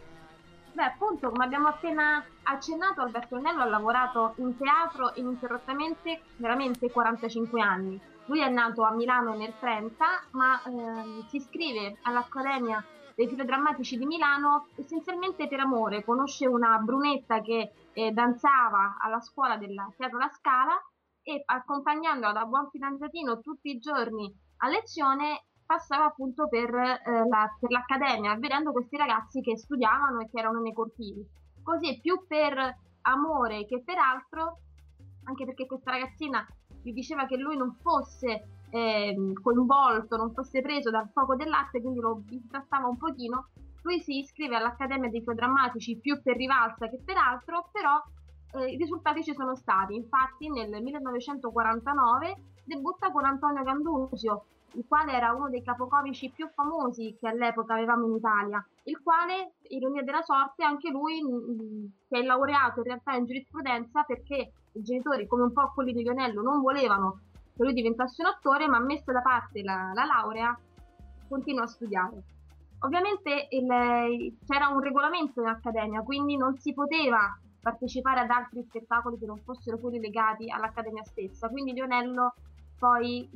[SPEAKER 4] Beh, appunto, come abbiamo appena accennato, Alberto Leonello ha lavorato in teatro ininterrottamente veramente quarantacinque anni. Lui è nato a Milano nel trenta, ma ehm, si iscrive all'Accademia dei Filodrammatici di Milano essenzialmente per amore. Conosce una brunetta che eh, danzava alla scuola del Teatro La Scala e, accompagnandola da buon fidanzatino tutti i giorni a lezione, passava appunto per, eh, la, per l'accademia, vedendo questi ragazzi che studiavano e che erano nei cortili. Così, più per amore che per altro, anche perché questa ragazzina gli diceva che lui non fosse eh, coinvolto, non fosse preso dal fuoco dell'arte, quindi lo bistrattava un pochino. Lui si iscrive all'Accademia dei Filodrammatici più per rivalsa che per altro, però eh, i risultati ci sono stati. Infatti nel millenovecentoquarantanove debutta con Antonio Gandusio, il quale era uno dei capocomici più famosi che all'epoca avevamo in Italia, il quale, ironia della sorte, anche lui mh, si è laureato in realtà in giurisprudenza perché i genitori, come un po' quelli di Leonello, non volevano che lui diventasse un attore, ma messa da parte la, la laurea, continua a studiare. Ovviamente il, c'era un regolamento in accademia, quindi non si poteva partecipare ad altri spettacoli che non fossero quelli legati all'accademia stessa, quindi Leonello poi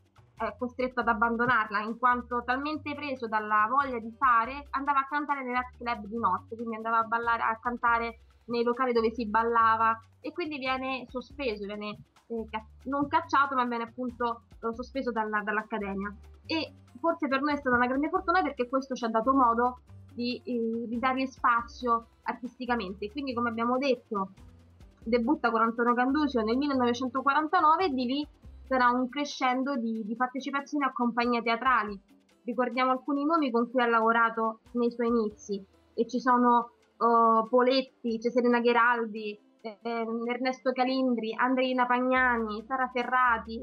[SPEAKER 4] è costretto ad abbandonarla, in quanto talmente preso dalla voglia di fare, andava a cantare nei night club di notte, quindi andava a ballare, a cantare nei locali dove si ballava, e quindi viene sospeso, viene eh, ca- non cacciato, ma viene appunto eh, sospeso dalla, dall'accademia. E forse per noi è stata una grande fortuna, perché questo ci ha dato modo di, eh, di dargli spazio artisticamente. Quindi, come abbiamo detto, debutta con Antonio Gandusio nel millenovecentoquarantanove e di lì sarà un crescendo di, di partecipazioni a compagnie teatrali. Ricordiamo alcuni nomi con cui ha lavorato nei suoi inizi, e ci sono uh, Poletti, c'è Serena Gheraldi, eh, Ernesto Calindri, Andreina Pagnani, Sara Ferrati,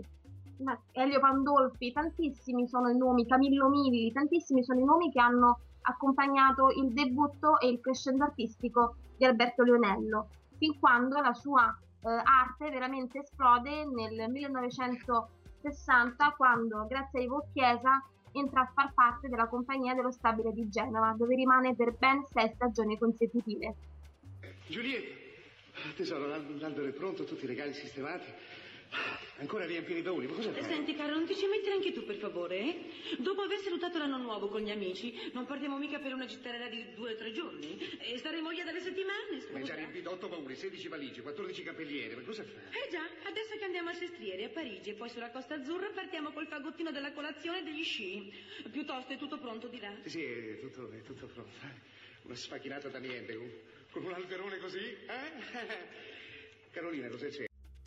[SPEAKER 4] Elio Pandolfi, tantissimi sono i nomi, Camillo Milli, tantissimi sono i nomi che hanno accompagnato il debutto e il crescendo artistico di Alberto Leonello, fin quando la sua eh, arte veramente esplode nel millenovecentosessanta, quando, grazie a Ivo Chiesa, entra a far parte della compagnia dello Stabile di Genova, dove rimane per ben sei stagioni consecutive.
[SPEAKER 5] Giulietta, tesoro, l'albero è pronto, tutti i regali sistemati. Ancora riempire i bauli, ma cosa fai?
[SPEAKER 6] Senti, caro, non ti ci mettere anche tu, per favore, eh? Dopo aver salutato l'anno nuovo con gli amici, non partiamo mica per una gittarella di due o tre giorni? E staremo lì dalle settimane, scusa.
[SPEAKER 5] Ma hai già riempito otto bauli, sedici valigie, quattordici cappelliere, ma cosa fai?
[SPEAKER 6] Eh già, adesso che andiamo a Sestriere, a Parigi e poi sulla Costa Azzurra, partiamo col fagottino della colazione e degli sci. Piuttosto è tutto pronto di là?
[SPEAKER 5] Sì, sì, è tutto, è tutto pronto. Una sfacchinata da niente, con, con un alberone così, eh? Carolina, cosa c'è?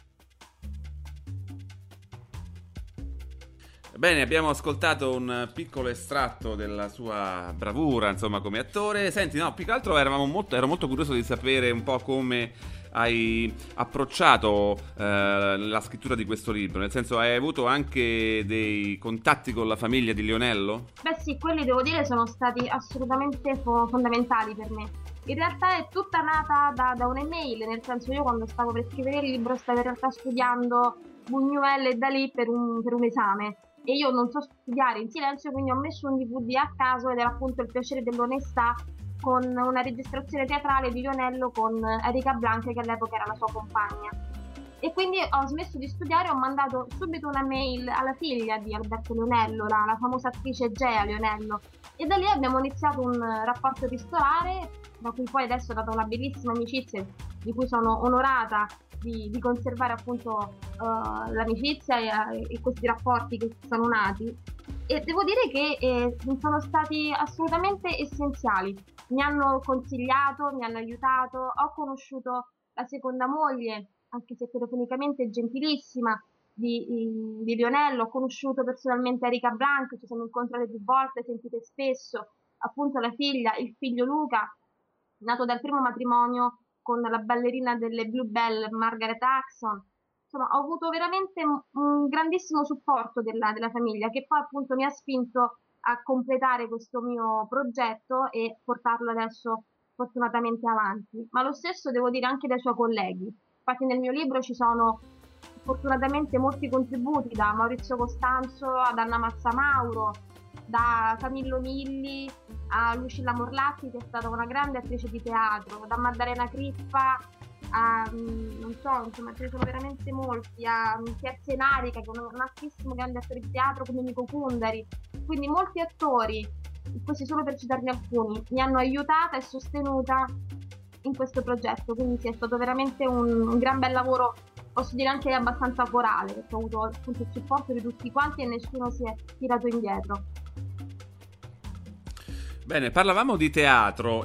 [SPEAKER 1] Bene, abbiamo ascoltato un piccolo estratto della sua bravura, insomma, come attore. Senti, no, più che altro eravamo molto, ero molto curioso di sapere un po' come hai approcciato eh, la scrittura di questo libro. Nel senso, hai avuto anche dei contatti con la famiglia di Leonello?
[SPEAKER 4] Beh sì, quelli devo dire sono stati assolutamente fo- fondamentali per me. In realtà è tutta nata da, da un'email, nel senso, io quando stavo per scrivere il libro stavo in realtà studiando Buñuel e Dalì per un, per un esame. E io non so studiare in silenzio, quindi ho messo un D V D a caso, ed era appunto Il piacere dell'onestà, con una registrazione teatrale di Leonello con Erika Blanche, che all'epoca era la sua compagna. E quindi ho smesso di studiare, ho mandato subito una mail alla figlia di Alberto Leonello, la, la famosa attrice Gea Leonello, e da lì abbiamo iniziato un rapporto epistolare, da cui poi adesso è stata una bellissima amicizia, di cui sono onorata di, di conservare appunto uh, l'amicizia e, e questi rapporti che sono nati. E devo dire che eh, sono stati assolutamente essenziali, mi hanno consigliato, mi hanno aiutato, ho conosciuto la seconda moglie, anche se telefonicamente gentilissima, di, di Leonello, ho conosciuto personalmente Erika Blanche, ci siamo incontrate più volte, sentite spesso, appunto la figlia, il figlio Luca, nato dal primo matrimonio con la ballerina delle Bluebell Margaret Axon. insomma ho avuto veramente un, un grandissimo supporto della, della famiglia, che poi appunto mi ha spinto a completare questo mio progetto e portarlo adesso fortunatamente avanti. Ma lo stesso devo dire anche dai suoi colleghi. Infatti nel mio libro ci sono fortunatamente molti contributi da Maurizio Costanzo ad Anna Mazzamauro, da Camillo Milli a Lucilla Morlatti, che è stata una grande attrice di teatro, da Maddalena Crippa a, non so, insomma ce ne sono veramente molti, a Piazza Enarica, che è un, un altissimo grande attore di teatro, come Nico Kundari. Quindi molti attori, questi solo per citarne alcuni, mi hanno aiutata e sostenuta in questo progetto, quindi sì, è stato veramente un, un gran bel lavoro, posso dire anche abbastanza corale, perché ho avuto appunto il supporto di tutti quanti e nessuno si è tirato indietro.
[SPEAKER 1] Bene, parlavamo di teatro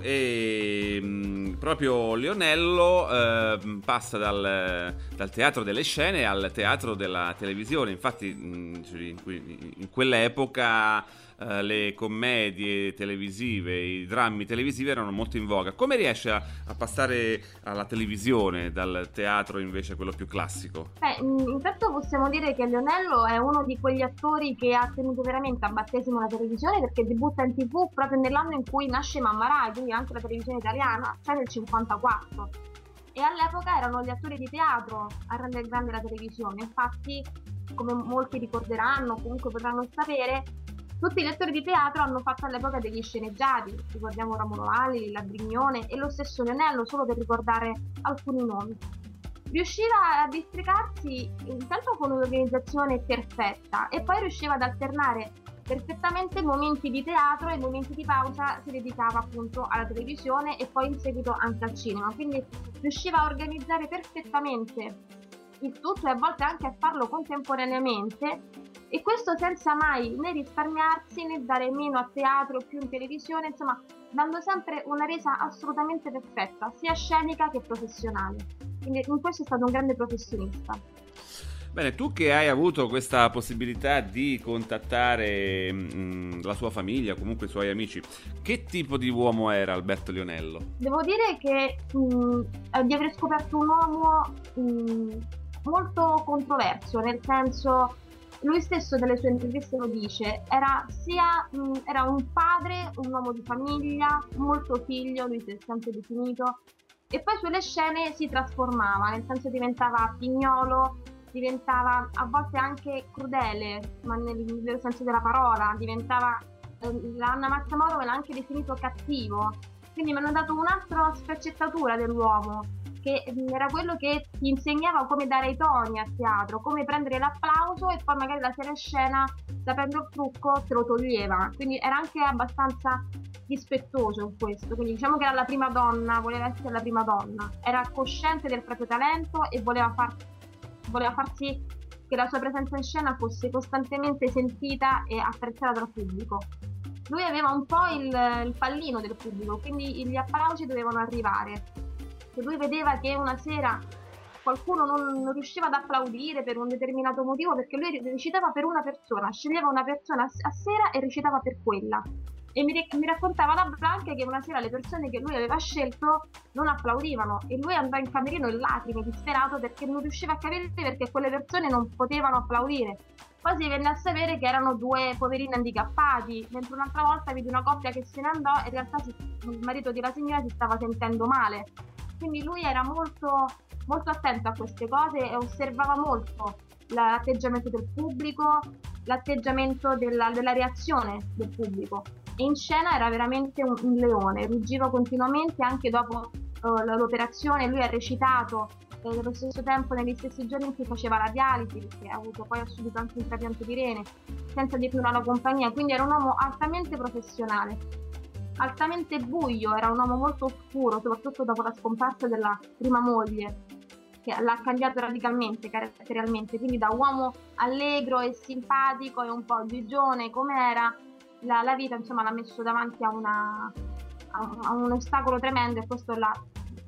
[SPEAKER 1] e mh, proprio Leonello eh, passa dal, dal teatro delle scene al teatro della televisione. Infatti mh, in, in quell'epoca eh, le commedie televisive, i drammi televisivi erano molto in voga. Come riesce a, a passare alla televisione dal teatro invece a quello più classico?
[SPEAKER 4] Beh, intanto possiamo dire che Leonello è uno di quegli attori che ha tenuto veramente a battesimo la televisione, perché debutta in tv proprio nell'anno in cui nasce Mamma Rai, quindi anche la televisione italiana, cioè nel cinquantaquattro. E all'epoca erano gli attori di teatro a rendere grande la televisione. Infatti, come molti ricorderanno, comunque potranno sapere, tutti gli attori di teatro hanno fatto all'epoca degli sceneggiati. Ricordiamo Romolo Valli, La Brignone e lo stesso Leonello, solo per ricordare alcuni nomi. Riusciva a districarsi intanto con un'organizzazione perfetta e poi riusciva ad alternare perfettamente momenti di teatro e momenti di pausa si dedicava appunto alla televisione e poi in seguito anche al cinema, quindi riusciva a organizzare perfettamente il tutto e a volte anche a farlo contemporaneamente, e questo senza mai né risparmiarsi né dare meno a teatro o più in televisione, insomma dando sempre una resa assolutamente perfetta, sia scenica che professionale. Quindi in questo è stato un grande professionista.
[SPEAKER 1] Bene, tu che hai avuto questa possibilità di contattare mh, la sua famiglia, comunque i suoi amici, che tipo di uomo era Alberto Leonello?
[SPEAKER 4] Devo dire che mh, di aver scoperto un uomo mh, molto controverso, nel senso, lui stesso nelle sue interviste lo dice, era sia mh, era un padre, un uomo di famiglia, molto figlio, lui si è sempre definito, e poi sulle scene si trasformava, nel senso diventava pignolo, diventava a volte anche crudele, ma nel vero senso della parola, diventava, eh, Anna Mazzamauro me l'ha anche definito cattivo, quindi mi hanno dato un'altra sfaccettatura dell'uomo, che era quello che ti insegnava come dare i toni a teatro, come prendere l'applauso e poi magari la sera scena, sapendo il trucco, te lo toglieva, quindi era anche abbastanza dispettoso in questo, quindi diciamo che era la prima donna, voleva essere la prima donna, era cosciente del proprio talento e voleva far voleva far sì che la sua presenza in scena fosse costantemente sentita e apprezzata dal pubblico. Lui aveva un po' il, il pallino del pubblico, quindi gli applausi dovevano arrivare. Se lui vedeva che una sera qualcuno non, non riusciva ad applaudire per un determinato motivo, perché lui recitava per una persona, sceglieva una persona a, a sera e recitava per quella. E mi, mi raccontava la Blanca che una sera le persone che lui aveva scelto non applaudivano e lui andò in camerino in lacrime, disperato, perché non riusciva a capire perché quelle persone non potevano applaudire. Poi si venne a sapere che erano due poverini handicappati, mentre un'altra volta vide una coppia che se ne andò e in realtà si, il marito della signora si stava sentendo male. Quindi lui era molto, molto attento a queste cose e osservava molto l'atteggiamento del pubblico, l'atteggiamento della, della reazione del pubblico. E in scena era veramente un, un leone, ruggiva continuamente anche dopo uh, l'operazione. Lui ha recitato eh, nello stesso tempo, negli stessi giorni in cui faceva la dialisi, perché ha avuto poi ha subito anche un trapianto di rene, senza di più una compagnia, quindi era un uomo altamente professionale, altamente buio, era un uomo molto oscuro, soprattutto dopo la scomparsa della prima moglie, che l'ha cambiato radicalmente, caratterialmente, quindi da uomo allegro e simpatico e un po' gigione come era, la, la vita insomma l'ha messo davanti a, una, a, un, a un ostacolo tremendo, e questo l'ha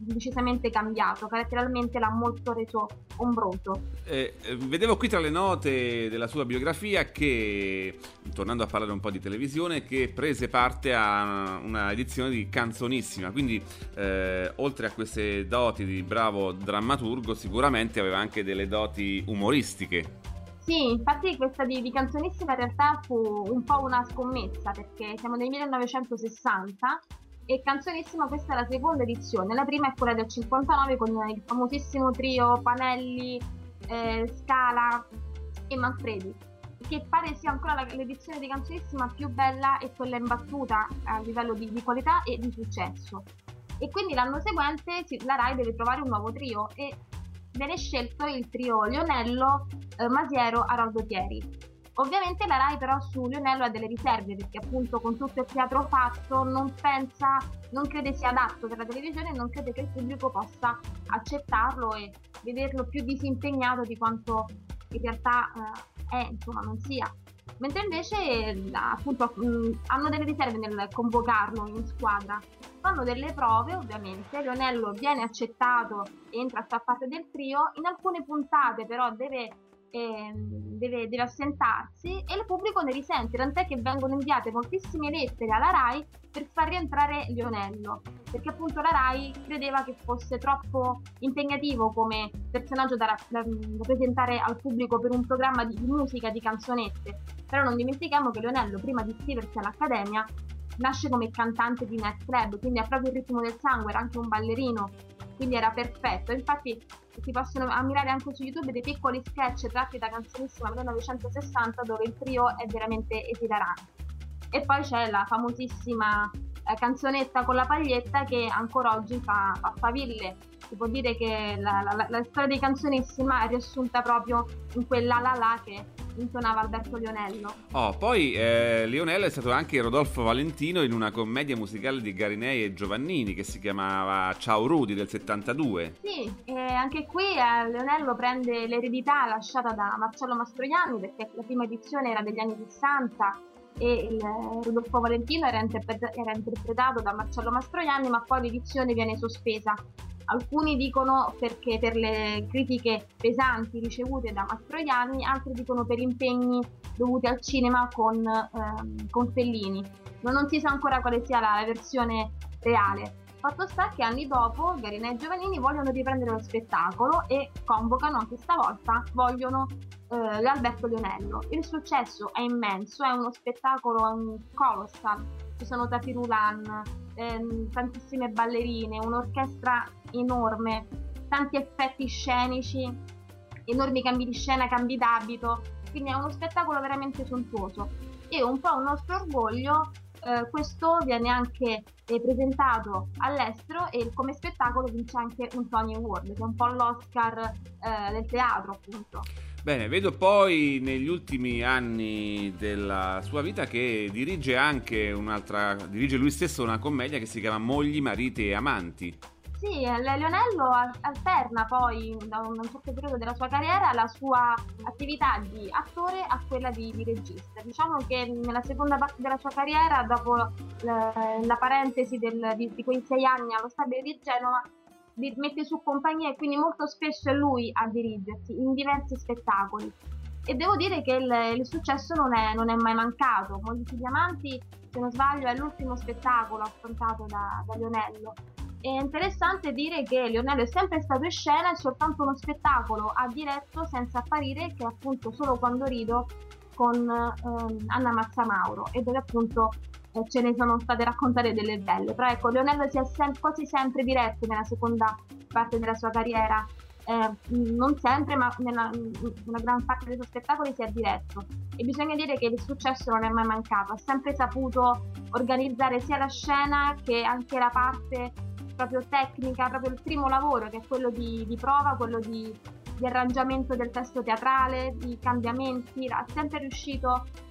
[SPEAKER 4] decisamente cambiato, caratterialmente l'ha molto reso ombroso.
[SPEAKER 1] Eh, vedevo qui tra le note della sua biografia che, tornando a parlare un po' di televisione, che prese parte a una edizione di Canzonissima, quindi eh, oltre a queste doti di bravo drammaturgo sicuramente aveva anche delle doti umoristiche.
[SPEAKER 4] Sì, infatti questa di, di Canzonissima in realtà fu un po' una scommessa, perché siamo nel millenovecentosessanta e Canzonissima questa è la seconda edizione, la prima è quella del cinquantanove con il famosissimo trio Panelli, eh, Scala e Manfredi, che pare sia ancora la, l'edizione di Canzonissima più bella e quella imbattuta a livello di, di qualità e di successo. E quindi l'anno seguente la Rai deve trovare un nuovo trio e viene scelto il trio Lionello, eh, Masiero, Aroldo Thieri. Ovviamente la Rai però su Lionello ha delle riserve, perché appunto con tutto il teatro fatto non pensa, non crede sia adatto per la televisione e non crede che il pubblico possa accettarlo e vederlo più disimpegnato di quanto in realtà eh, è, insomma, non sia. Mentre invece appunto mh, hanno delle riserve nel convocarlo in squadra. Fanno delle prove, ovviamente, Lionello viene accettato, entra a far parte del trio, in alcune puntate però deve Eh, deve, deve assentarsi e il pubblico ne risente, tant'è che vengono inviate moltissime lettere alla Rai per far rientrare Lionello, perché appunto la Rai credeva che fosse troppo impegnativo come personaggio da, da, da presentare al pubblico per un programma di, di musica, di canzonette. Però non dimentichiamo che Lionello, prima di iscriversi all'Accademia, nasce come cantante di Night Club, quindi ha proprio il ritmo del sangue, era anche un ballerino, quindi era perfetto. Infatti si possono ammirare anche su YouTube dei piccoli sketch tratti da Canzonissima millenovecentosessanta dove il trio è veramente esilarante. E poi c'è la famosissima eh, canzonetta con la paglietta che ancora oggi fa, fa faville. Si può dire che la, la, la storia di Canzonissima è riassunta proprio in quella la la che intonava Alberto Lionello.
[SPEAKER 1] Oh, poi eh, Lionello è stato anche Rodolfo Valentino in una commedia musicale di Garinei e Giovannini che si chiamava Ciao Rudy del settantadue.
[SPEAKER 4] Sì, e anche qui eh, Lionello prende l'eredità lasciata da Marcello Mastroianni, perché la prima edizione era degli anni sessanta e il Rodolfo Valentino era, interpreta- era interpretato da Marcello Mastroianni, ma poi l'edizione viene sospesa. Alcuni dicono perché per le critiche pesanti ricevute da Mastroianni, altri dicono per impegni dovuti al cinema con, ehm, con Fellini. Ma non si sa ancora quale sia la, la versione reale. Fatto sta che anni dopo Garinei e Giovannini vogliono riprendere lo spettacolo e convocano anche stavolta, vogliono eh, l'Alberto Lionello. Il successo è immenso, è uno spettacolo, è un colossal. Ci sono tapirulan, ehm, tantissime ballerine, un'orchestra enorme, tanti effetti scenici, enormi cambi di scena, cambi d'abito, quindi è uno spettacolo veramente sontuoso e un po' un nostro orgoglio. Eh, questo viene anche eh, presentato all'estero e come spettacolo vince anche un Tony Award, che è un po' l'Oscar eh, del teatro, appunto.
[SPEAKER 1] Bene, vedo poi negli ultimi anni della sua vita che dirige anche un'altra, dirige lui stesso una commedia che si chiama Mogli, Mariti e Amanti.
[SPEAKER 4] Sì, Lionello alterna poi da un certo periodo della sua carriera la sua attività di attore a quella di, di regista. Diciamo che nella seconda parte della sua carriera, dopo la, la parentesi del, di, di quei sei anni allo Stabile di Genova, di, mette su compagnia e quindi molto spesso è lui a dirigersi in diversi spettacoli. E devo dire che il, il successo non è, non è mai mancato. Mogli e Diamanti, se non sbaglio, è l'ultimo spettacolo affrontato da, da Lionello. È interessante dire che Lionello è sempre stato in scena e soltanto uno spettacolo ha diretto senza apparire, che è appunto Solo quando rido con ehm, Anna Mazzamauro, e dove appunto eh, ce ne sono state raccontate delle belle. Però ecco, Lionello si è sem- quasi sempre diretto nella seconda parte della sua carriera, eh, non sempre, ma nella una gran parte dei suoi spettacoli si è diretto. E bisogna dire che il successo non è mai mancato, ha sempre saputo organizzare sia la scena che anche la parte proprio tecnica, proprio il primo lavoro che è quello di, di prova, quello di, di arrangiamento del testo teatrale, di cambiamenti, ha sempre riuscito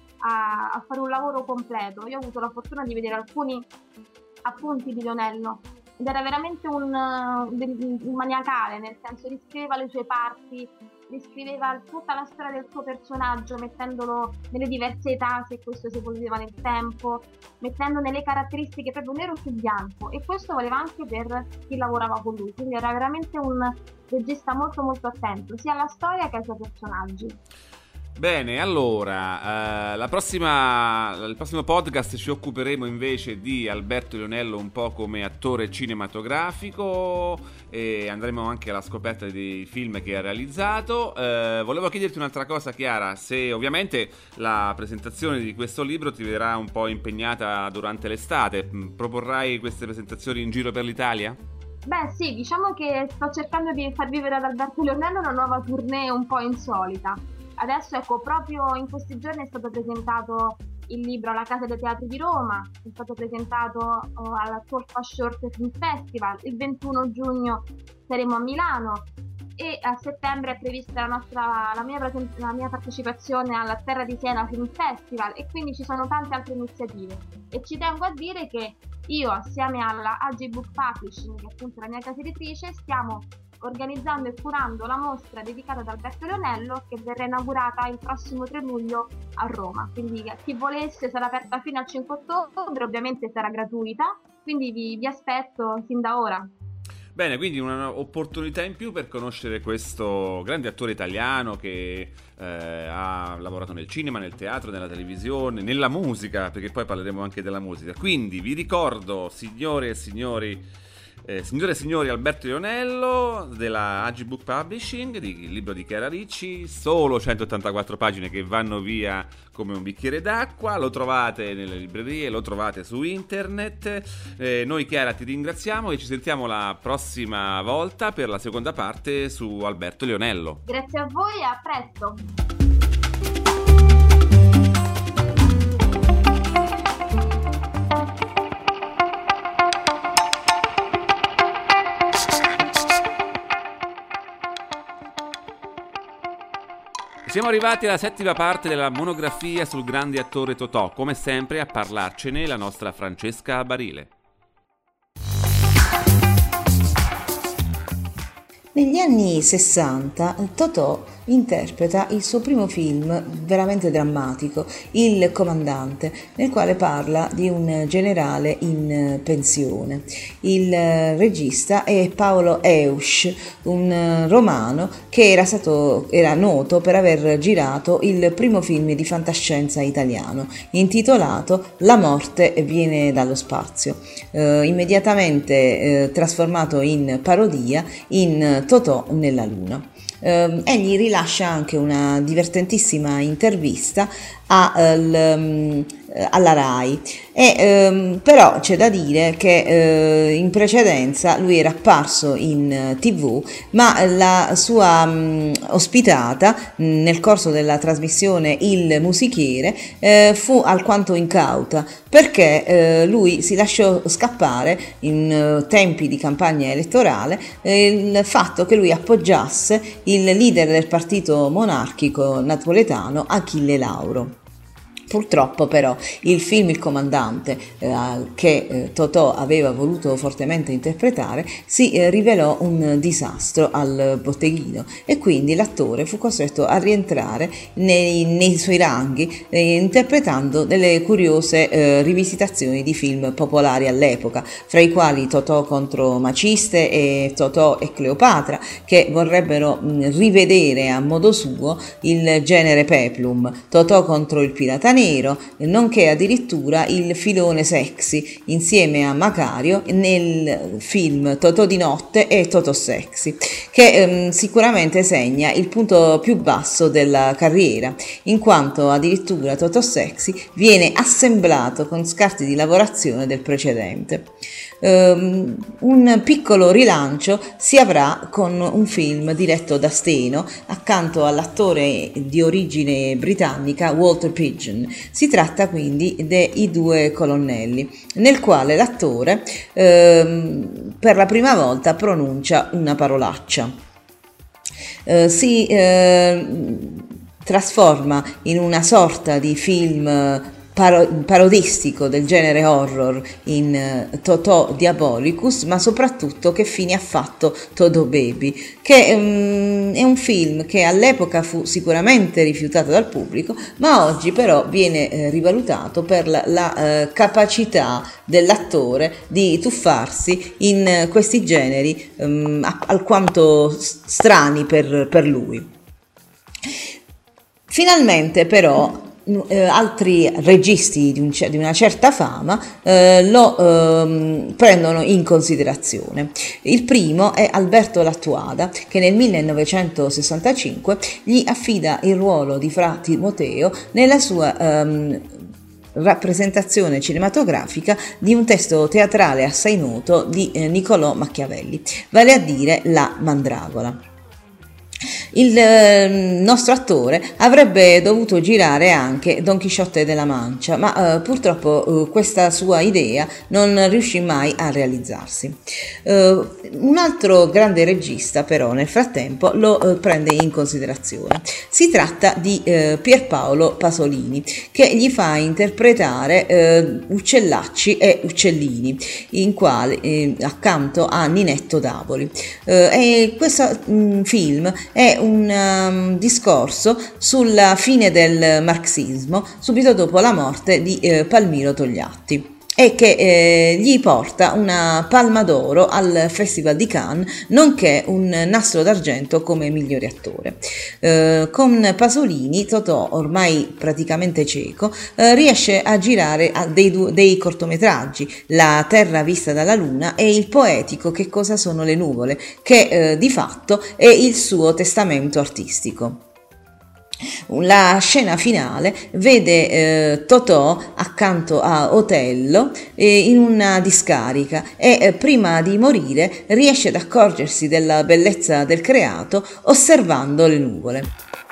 [SPEAKER 4] a, a fare un lavoro completo. Io ho avuto la fortuna di vedere alcuni appunti di Lionello ed era veramente un, un, un maniacale, nel senso riscriveva le sue parti, riscriveva tutta la storia del suo personaggio, mettendolo nelle diverse età, se questo si evolveva nel tempo, mettendo nelle caratteristiche proprio nero su bianco, e questo voleva anche per chi lavorava con lui, quindi era veramente un regista molto molto attento sia alla storia che ai suoi personaggi.
[SPEAKER 1] Bene, allora, eh, la prossima, il prossimo podcast ci occuperemo invece di Alberto Lionello un po' come attore cinematografico e andremo anche alla scoperta dei film che ha realizzato. Eh, volevo chiederti un'altra cosa, Chiara, se ovviamente la presentazione di questo libro ti verrà un po' impegnata durante l'estate, proporrai queste presentazioni in giro per l'Italia?
[SPEAKER 4] Beh sì, diciamo che sto cercando di far vivere ad Alberto Lionello una nuova tournée un po' insolita. Adesso ecco, proprio in questi giorni è stato presentato il libro alla Casa dei Teatri di Roma, è stato presentato uh, alla Torfa Short Film Festival, il ventuno giugno saremo a Milano e a settembre è prevista la, nostra, la, mia, la mia partecipazione alla Terra di Siena Film Festival, e quindi ci sono tante altre iniziative. E ci tengo a dire che io, assieme alla A G Book Publishing, che è appunto la mia casa editrice, stiamo organizzando e curando la mostra dedicata ad Alberto Lionello, che verrà inaugurata il prossimo tre luglio a Roma, quindi chi volesse sarà aperta fino al cinque ottobre, ovviamente sarà gratuita, quindi vi, vi aspetto sin da ora.
[SPEAKER 1] Bene, quindi un'opportunità in più per conoscere questo grande attore italiano che eh, ha lavorato nel cinema, nel teatro, nella televisione, nella musica, perché poi parleremo anche della musica. Quindi vi ricordo, signore e signori, Eh, signore e signori, Alberto Lionello della A G Book Publishing, di, il libro di Chiara Ricci, solo centottantaquattro pagine che vanno via come un bicchiere d'acqua, lo trovate nelle librerie, lo trovate su internet. Eh, noi Chiara ti ringraziamo e ci sentiamo la prossima volta per la seconda parte su Alberto Lionello.
[SPEAKER 4] Grazie a voi e a presto.
[SPEAKER 1] Siamo arrivati alla settima parte della monografia sul grande attore Totò. Come sempre a parlarcene la nostra Francesca Barile.
[SPEAKER 7] Negli anni sessanta Totò interpreta il suo primo film veramente drammatico, Il Comandante, nel quale parla di un generale in pensione. Il regista è Paolo Eusci, un romano che era stato era noto per aver girato il primo film di fantascienza italiano, intitolato La morte viene dallo spazio, eh, immediatamente eh, trasformato in parodia in Totò nella Luna. Uh, egli rilascia anche una divertentissima intervista a, uh, alla Rai e um, però c'è da dire che uh, in precedenza lui era apparso in tv, ma la sua um, ospitata mh, nel corso della trasmissione Il Musichiere uh, fu alquanto incauta, perché uh, lui si lasciò scappare in uh, tempi di campagna elettorale uh, il fatto che lui appoggiasse il leader del partito monarchico napoletano Achille Lauro. Purtroppo però il film Il Comandante, eh, che eh, Totò aveva voluto fortemente interpretare, si eh, rivelò un disastro al botteghino e quindi l'attore fu costretto a rientrare nei, nei suoi ranghi eh, interpretando delle curiose eh, rivisitazioni di film popolari all'epoca, fra i quali Totò contro Maciste e Totò e Cleopatra, che vorrebbero mh, rivedere a modo suo il genere peplum, Totò contro il pirata nero, nonché addirittura il filone sexy insieme a Macario nel film Totò di notte e Totò sexy, che ehm, sicuramente segna il punto più basso della carriera, in quanto addirittura Totò sexy viene assemblato con scarti di lavorazione del precedente. Um, un piccolo rilancio si avrà con un film diretto da Steno accanto all'attore di origine britannica Walter Pidgeon. Si tratta quindi dei Due Colonnelli, nel quale l'attore um, per la prima volta pronuncia una parolaccia. Uh, si uh, trasforma in una sorta di film parodistico del genere horror in uh, Totò Diabolicus, ma soprattutto che fine ha fatto Totò Baby, che um, è un film che all'epoca fu sicuramente rifiutato dal pubblico, ma oggi però viene eh, rivalutato per la, la eh, capacità dell'attore di tuffarsi in eh, questi generi um, alquanto strani per, per lui. Finalmente però Eh, altri registi di, un, di una certa fama eh, lo eh, prendono in considerazione. Il primo è Alberto Lattuada, che nel millenovecentosessantacinque gli affida il ruolo di Fra Timoteo nella sua ehm, rappresentazione cinematografica di un testo teatrale assai noto di eh, Niccolò Machiavelli, vale a dire La Mandragola. Il eh, nostro attore avrebbe dovuto girare anche Don Chisciotte della Mancia, ma eh, purtroppo eh, questa sua idea non riuscì mai a realizzarsi. Eh, un altro grande regista però nel frattempo lo eh, prende in considerazione. Si tratta di eh, Pierpaolo Pasolini, che gli fa interpretare eh, Uccellacci e Uccellini, in quale eh, accanto a Ninetto Davoli. Eh, e questo mh, film è un um, discorso sulla fine del marxismo subito dopo la morte di eh, Palmiro Togliatti, e che eh, gli porta una Palma d'Oro al Festival di Cannes, nonché un Nastro d'Argento come migliore attore. Eh, con Pasolini, Totò, ormai praticamente cieco, eh, riesce a girare a dei, dei cortometraggi, La Terra vista dalla Luna e il poetico Che cosa sono le nuvole, che eh, di fatto è il suo testamento artistico. La scena finale vede eh, Totò accanto a Otello eh, in una discarica e eh, prima di morire riesce ad accorgersi della bellezza del creato osservando le nuvole.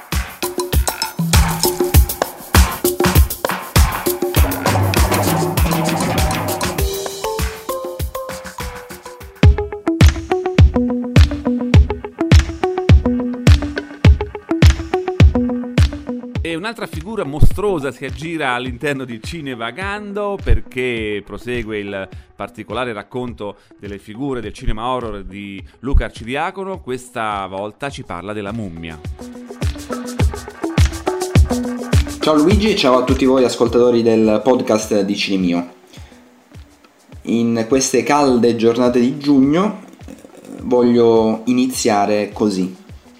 [SPEAKER 1] E un'altra figura mostruosa si aggira all'interno di Cinevagando, perché prosegue il particolare racconto delle figure del cinema horror di Luca Arcidiacono. Questa volta ci parla della mummia.
[SPEAKER 8] Ciao Luigi e ciao a tutti voi ascoltatori del podcast di Cinemio. In queste calde giornate di giugno voglio iniziare così.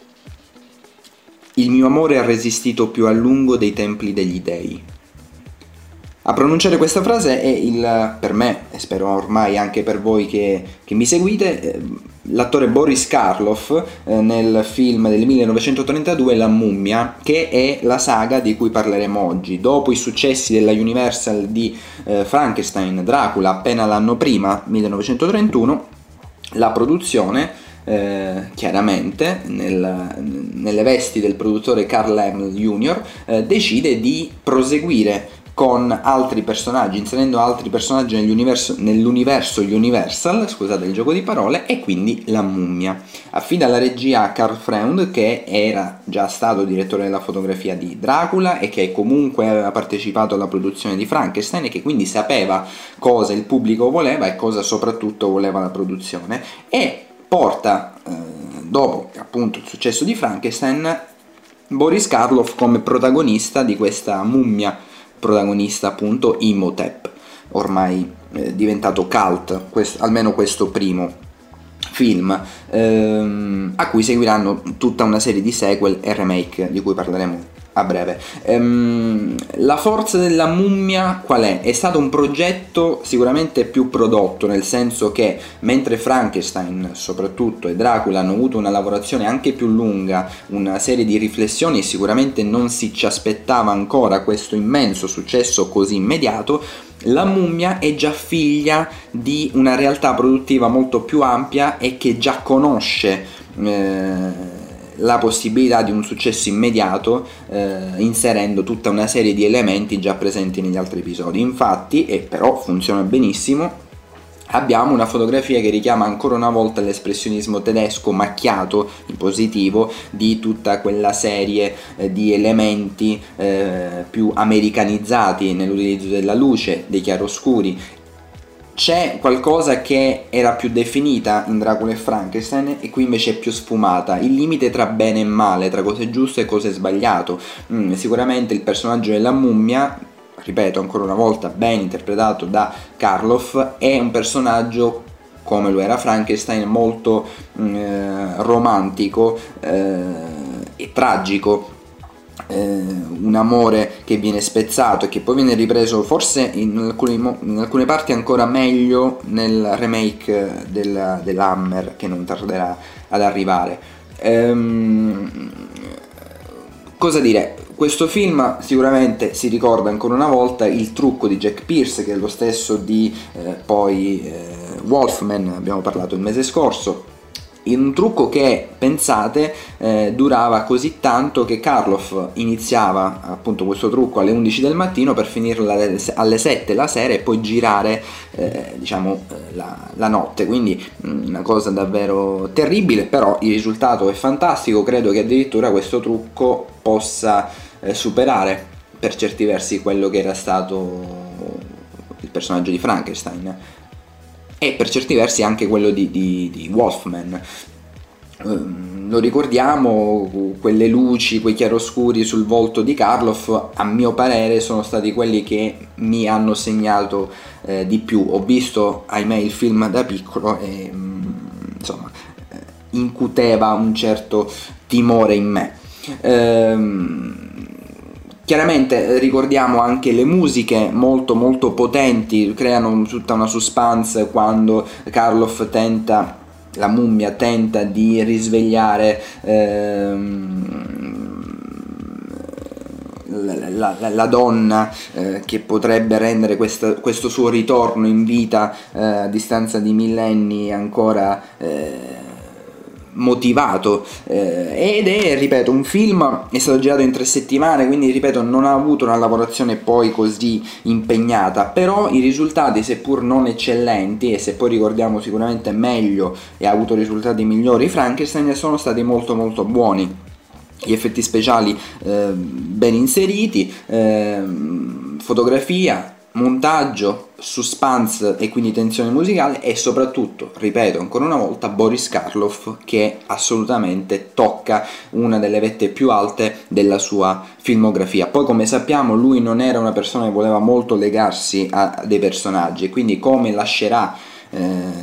[SPEAKER 8] Il mio amore ha resistito più a lungo dei templi degli dei. A pronunciare questa frase è il, per me, e spero ormai anche per voi che, che mi seguite, l'attore Boris Karloff eh, nel film del millenovecentotrentadue La mummia, che è la saga di cui parleremo oggi. Dopo i successi della Universal di eh, Frankenstein, Dracula, appena l'anno prima, millenovecentotrentuno, la produzione Eh, chiaramente nel, nelle vesti del produttore Carl Laemmle junior eh, decide di proseguire con altri personaggi, inserendo altri personaggi nell'universo, nell'universo Universal, scusate il gioco di parole, e quindi La mummia. Affida la regia a Karl Freund, che era già stato direttore della fotografia di Dracula e che comunque aveva partecipato alla produzione di Frankenstein e che quindi sapeva cosa il pubblico voleva e cosa soprattutto voleva la produzione, e porta, eh, dopo appunto il successo di Frankenstein, Boris Karloff come protagonista di questa mummia, protagonista appunto Imhotep, ormai eh, diventato cult, quest- almeno questo primo film, ehm, a cui seguiranno tutta una serie di sequel e remake di cui parleremo a breve. Ehm, la forza della mummia qual è? È stato un progetto sicuramente più prodotto, nel senso che mentre Frankenstein soprattutto e Dracula hanno avuto una lavorazione anche più lunga, una serie di riflessioni, e sicuramente non si ci aspettava ancora questo immenso successo così immediato, La mummia è già figlia di una realtà produttiva molto più ampia e che già conosce eh, la possibilità di un successo immediato, eh, inserendo tutta una serie di elementi già presenti negli altri episodi. Infatti, e però funziona benissimo, abbiamo una fotografia che richiama ancora una volta l'espressionismo tedesco macchiato in positivo di tutta quella serie eh, di elementi eh, più americanizzati nell'utilizzo della luce, dei chiaroscuri. C'è qualcosa che era più definita in Dracula e Frankenstein e qui invece è più sfumata, il limite tra bene e male, tra cose giuste e cose sbagliato. Mm, sicuramente il personaggio della mummia, ripeto ancora una volta, ben interpretato da Karloff, è un personaggio, come lo era Frankenstein, molto eh, romantico eh, e tragico, eh, un amore che viene spezzato e che poi viene ripreso forse in alcune, in alcune parti ancora meglio nel remake del, dell'Hammer, che non tarderà ad arrivare. Ehm, cosa dire? Questo film sicuramente si ricorda ancora una volta il trucco di Jack Pierce, che è lo stesso di eh, poi eh, Wolfman, abbiamo parlato il mese scorso, in un trucco che, pensate, eh, durava così tanto che Karloff iniziava appunto questo trucco alle undici del mattino per finirlo alle sette la sera e poi girare eh, diciamo la, la notte, quindi una cosa davvero terribile, però il risultato è fantastico. Credo che addirittura questo trucco possa eh, superare per certi versi quello che era stato il personaggio di Frankenstein e per certi versi anche quello di, di, di Wolfman. Um, lo ricordiamo, quelle luci, quei chiaroscuri sul volto di Karloff, a mio parere sono stati quelli che mi hanno segnato eh, di più. Ho visto, ahimè, il film da piccolo e um, insomma eh, incuteva un certo timore in me. Um, Chiaramente ricordiamo anche le musiche molto molto potenti, creano tutta una suspense quando Karloff tenta, la mummia tenta di risvegliare ehm, la, la, la donna eh, che potrebbe rendere questa, questo suo ritorno in vita eh, a distanza di millenni ancora eh, motivato eh, ed è, ripeto, un film è stato girato in tre settimane, quindi ripeto non ha avuto una lavorazione poi così impegnata, però i risultati, seppur non eccellenti e se poi ricordiamo sicuramente meglio e ha avuto risultati migliori Frankenstein, sono stati molto molto buoni. Gli effetti speciali eh, ben inseriti, eh, fotografia, montaggio, suspense e quindi tensione musicale e soprattutto, ripeto ancora una volta, Boris Karloff che assolutamente tocca una delle vette più alte della sua filmografia. Poi, come sappiamo, lui non era una persona che voleva molto legarsi a dei personaggi, quindi come lascerà eh,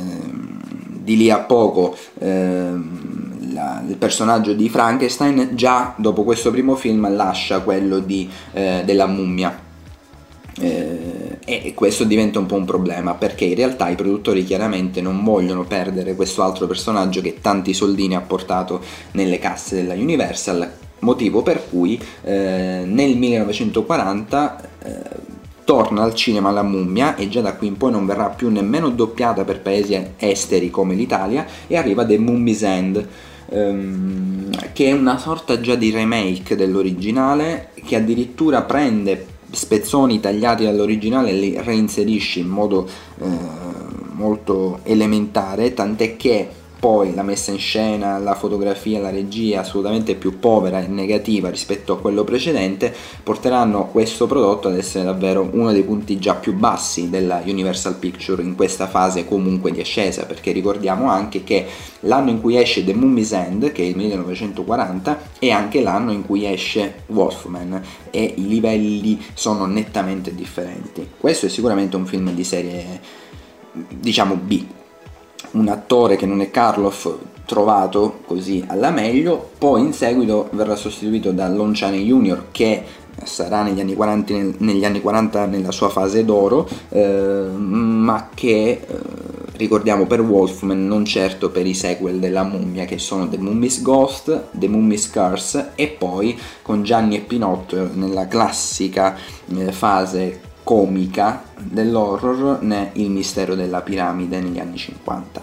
[SPEAKER 8] di lì a poco eh, la, il personaggio di Frankenstein, già dopo questo primo film lascia quello di, eh, della mummia. Eh, e questo diventa un po' un problema, perché in realtà i produttori chiaramente non vogliono perdere questo altro personaggio che tanti soldini ha portato nelle casse della Universal, motivo per cui eh, nel millenovecentoquaranta eh, torna al cinema La mummia e già da qui in poi non verrà più nemmeno doppiata per paesi esteri come l'Italia e arriva The Mummy's End, ehm, che è una sorta già di remake dell'originale, che addirittura prende spezzoni tagliati dall'originale e li reinserisce in modo eh, molto elementare, tant'è che poi la messa in scena, la fotografia, la regia assolutamente più povera e negativa rispetto a quello precedente porteranno questo prodotto ad essere davvero uno dei punti già più bassi della Universal Pictures in questa fase comunque di ascesa, perché ricordiamo anche che l'anno in cui esce The Mummy's End, che è il millenovecentoquaranta, è anche l'anno in cui esce Wolfman e i livelli sono nettamente differenti. Questo è sicuramente un film di serie, diciamo, B. Un attore che non è Karloff trovato così alla meglio, poi in seguito verrà sostituito da Lon Chaney Junior che sarà negli anni quaranta, negli anni quaranta nella sua fase d'oro, eh, ma che eh, ricordiamo per Wolfman, non certo per i sequel della mummia che sono The Mummy's Ghost, The Mummy's Curse e poi con Gianni e Pinotto nella classica eh, fase comica dell'horror né Il mistero della piramide negli anni cinquanta.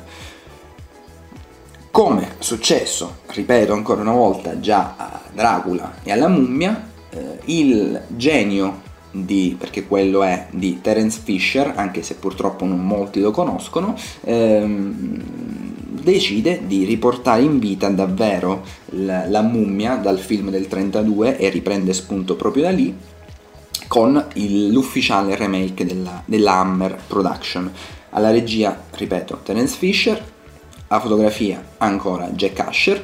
[SPEAKER 8] Come successo, ripeto ancora una volta, già a Dracula e alla mummia, eh, il genio di, perché quello è, di Terence Fisher, anche se purtroppo non molti lo conoscono, ehm, decide di riportare in vita davvero la, la mummia dal film del trentadue e riprende spunto proprio da lì con il, l'ufficiale remake della, della Hammer Production. Alla regia, ripeto, Terence Fisher, a fotografia ancora Jack Asher,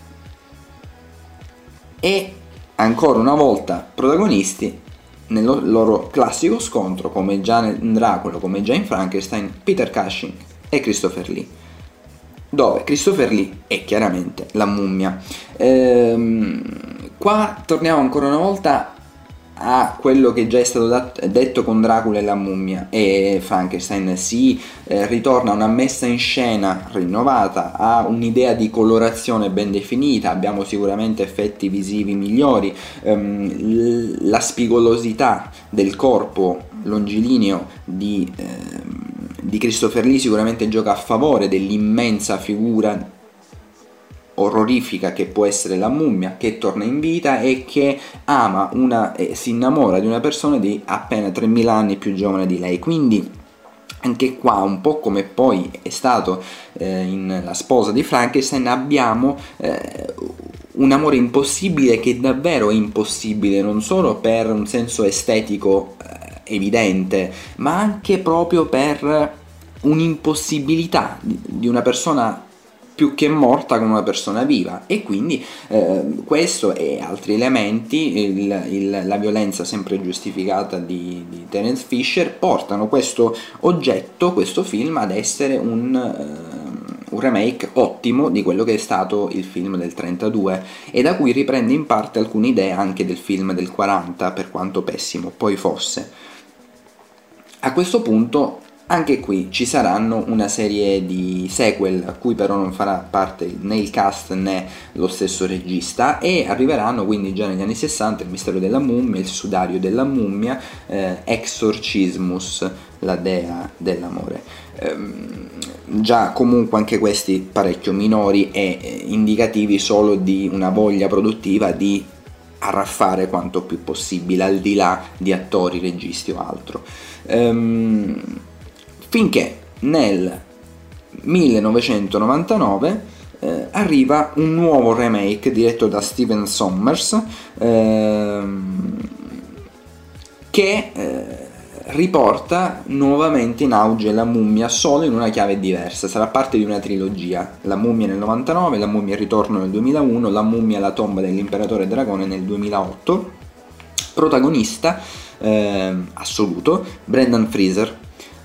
[SPEAKER 8] e ancora una volta protagonisti nel loro classico scontro, come già in Dracula, come già in Frankenstein, Peter Cushing e Christopher Lee, dove Christopher Lee è chiaramente la mummia. Ehm, qua torniamo ancora una volta a quello che già è stato dat- detto con Dracula e la mummia e Frankenstein. Si eh, ritorna a una messa in scena rinnovata, a un'idea di colorazione ben definita, abbiamo sicuramente effetti visivi migliori, ehm, l- la spigolosità del corpo longilineo di, ehm, di Christopher Lee sicuramente gioca a favore dell'immensa figura orrorifica che può essere la mummia, che torna in vita e che ama una e si innamora di una persona di appena tremila anni più giovane di lei. Quindi anche qua, un po' come poi è stato eh, in La sposa di Frankenstein, abbiamo eh, un amore impossibile che davvero è impossibile, non solo per un senso estetico eh, evidente, ma anche proprio per un'impossibilità di, di una persona più che morta con una persona viva. E quindi eh, questo e altri elementi, il, il, la violenza sempre giustificata di, di Terence Fisher, portano questo oggetto, questo film, ad essere un, uh, un remake ottimo di quello che è stato il film del trentadue, e da cui riprende in parte alcune idee anche del film del quaranta, per quanto pessimo poi fosse. A questo punto anche qui ci saranno una serie di sequel a cui però non farà parte né il cast né lo stesso regista, e arriveranno quindi già negli anni sessanta Il mistero della mummia, Il sudario della mummia, eh, Exorcismus, la dea dell'amore. Ehm, già comunque anche questi parecchio minori e indicativi solo di una voglia produttiva di arraffare quanto più possibile, al di là di attori, registi o altro. Ehm, Finché nel millenovecentonovantanove eh, arriva un nuovo remake diretto da Stephen Sommers ehm, che eh, riporta nuovamente in auge la mummia, solo in una chiave diversa. Sarà parte di una trilogia: La mummia nel novantanove, La mummia il ritorno nel duemilauno, La mummia la tomba dell'imperatore dragone nel duemilaotto. Protagonista eh, assoluto Brendan Fraser.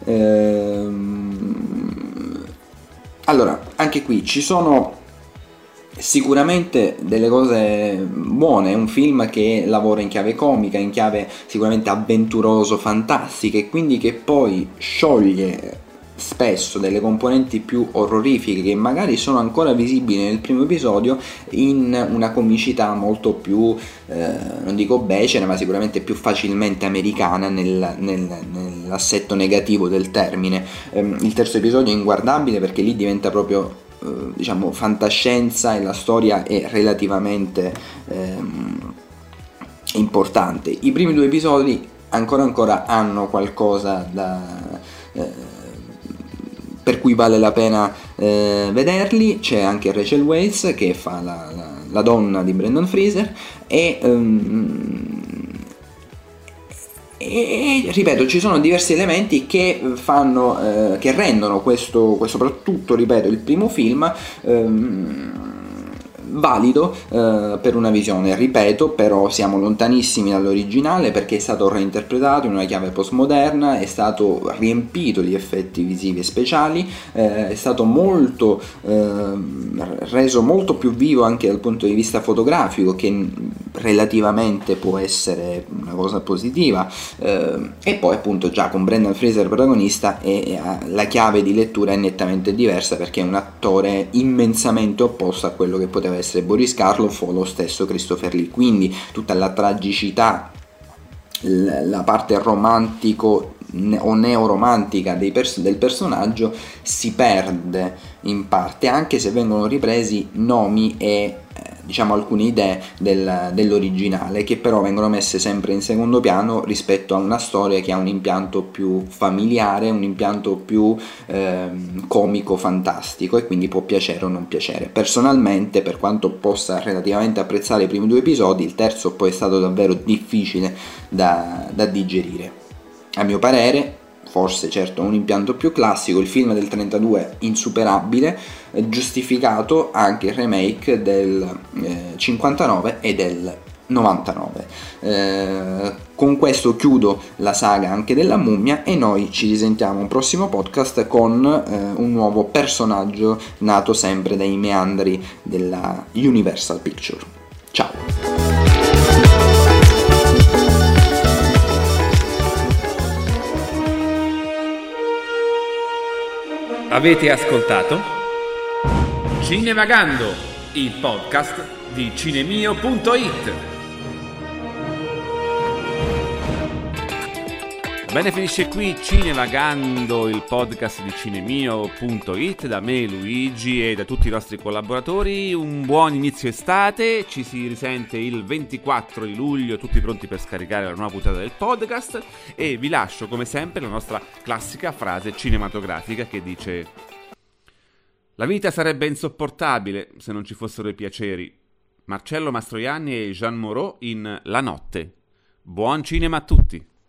[SPEAKER 8] Ehm, allora, anche qui ci sono sicuramente delle cose buone. È un film che lavora in chiave comica, in chiave sicuramente avventuroso, fantastica, e quindi che poi scioglie spesso delle componenti più orrorifiche che magari sono ancora visibili nel primo episodio, in una comicità molto più eh, non dico becera, ma sicuramente più facilmente americana nel, nel, nell'assetto negativo del termine. Ehm, il terzo episodio è inguardabile perché lì diventa proprio eh, diciamo fantascienza, e la storia è relativamente ehm, importante. I primi due episodi ancora ancora hanno qualcosa da eh, per cui vale la pena eh, vederli. C'è anche Rachel Weisz che fa la, la, la donna di Brendan Fraser, e, um, e, e ripeto, ci sono diversi elementi che fanno eh, che rendono questo, questo soprattutto, ripeto, il primo film um, valido eh, per una visione. Ripeto, però siamo lontanissimi dall'originale, perché è stato reinterpretato in una chiave postmoderna, è stato riempito di effetti visivi e speciali, eh, è stato molto eh, reso molto più vivo anche dal punto di vista fotografico, che relativamente può essere una cosa positiva, eh, e poi appunto già con Brendan Fraser protagonista e, e la chiave di lettura è nettamente diversa, perché è un attore immensamente opposto a quello che poteva essere Boris Karloff o lo stesso Christopher Lee. Quindi tutta la tragicità, la parte romantico o neoromantica dei pers- del personaggio si perde in parte, anche se vengono ripresi nomi e diciamo alcune idee del, dell'originale, che però vengono messe sempre in secondo piano rispetto a una storia che ha un impianto più familiare, un impianto più eh, comico, fantastico, e quindi può piacere o non piacere. Personalmente, per quanto possa relativamente apprezzare i primi due episodi, il terzo poi è stato davvero difficile da, da digerire. A mio parere, forse certo un impianto più classico, il film del trentadue insuperabile, giustificato anche il remake del eh, cinquantanove e del novantanove. Eh, con questo chiudo la saga anche della mummia e noi ci risentiamo un prossimo podcast con eh, un nuovo personaggio nato sempre dai meandri della Universal Picture. Ciao!
[SPEAKER 1] Avete ascoltato Cinemagando, il podcast di cinemio punto it. Bene, finisce qui Cinemagando, il podcast di cinemio punto it, da me Luigi e da tutti i nostri collaboratori. Un buon inizio estate, ci si risente il ventiquattro di luglio, tutti pronti per scaricare la nuova puntata del podcast, e vi lascio come sempre la nostra classica frase cinematografica che dice: la vita sarebbe insopportabile se non ci fossero i piaceri. Marcello Mastroianni e Jean Moreau in La notte. Buon cinema a tutti!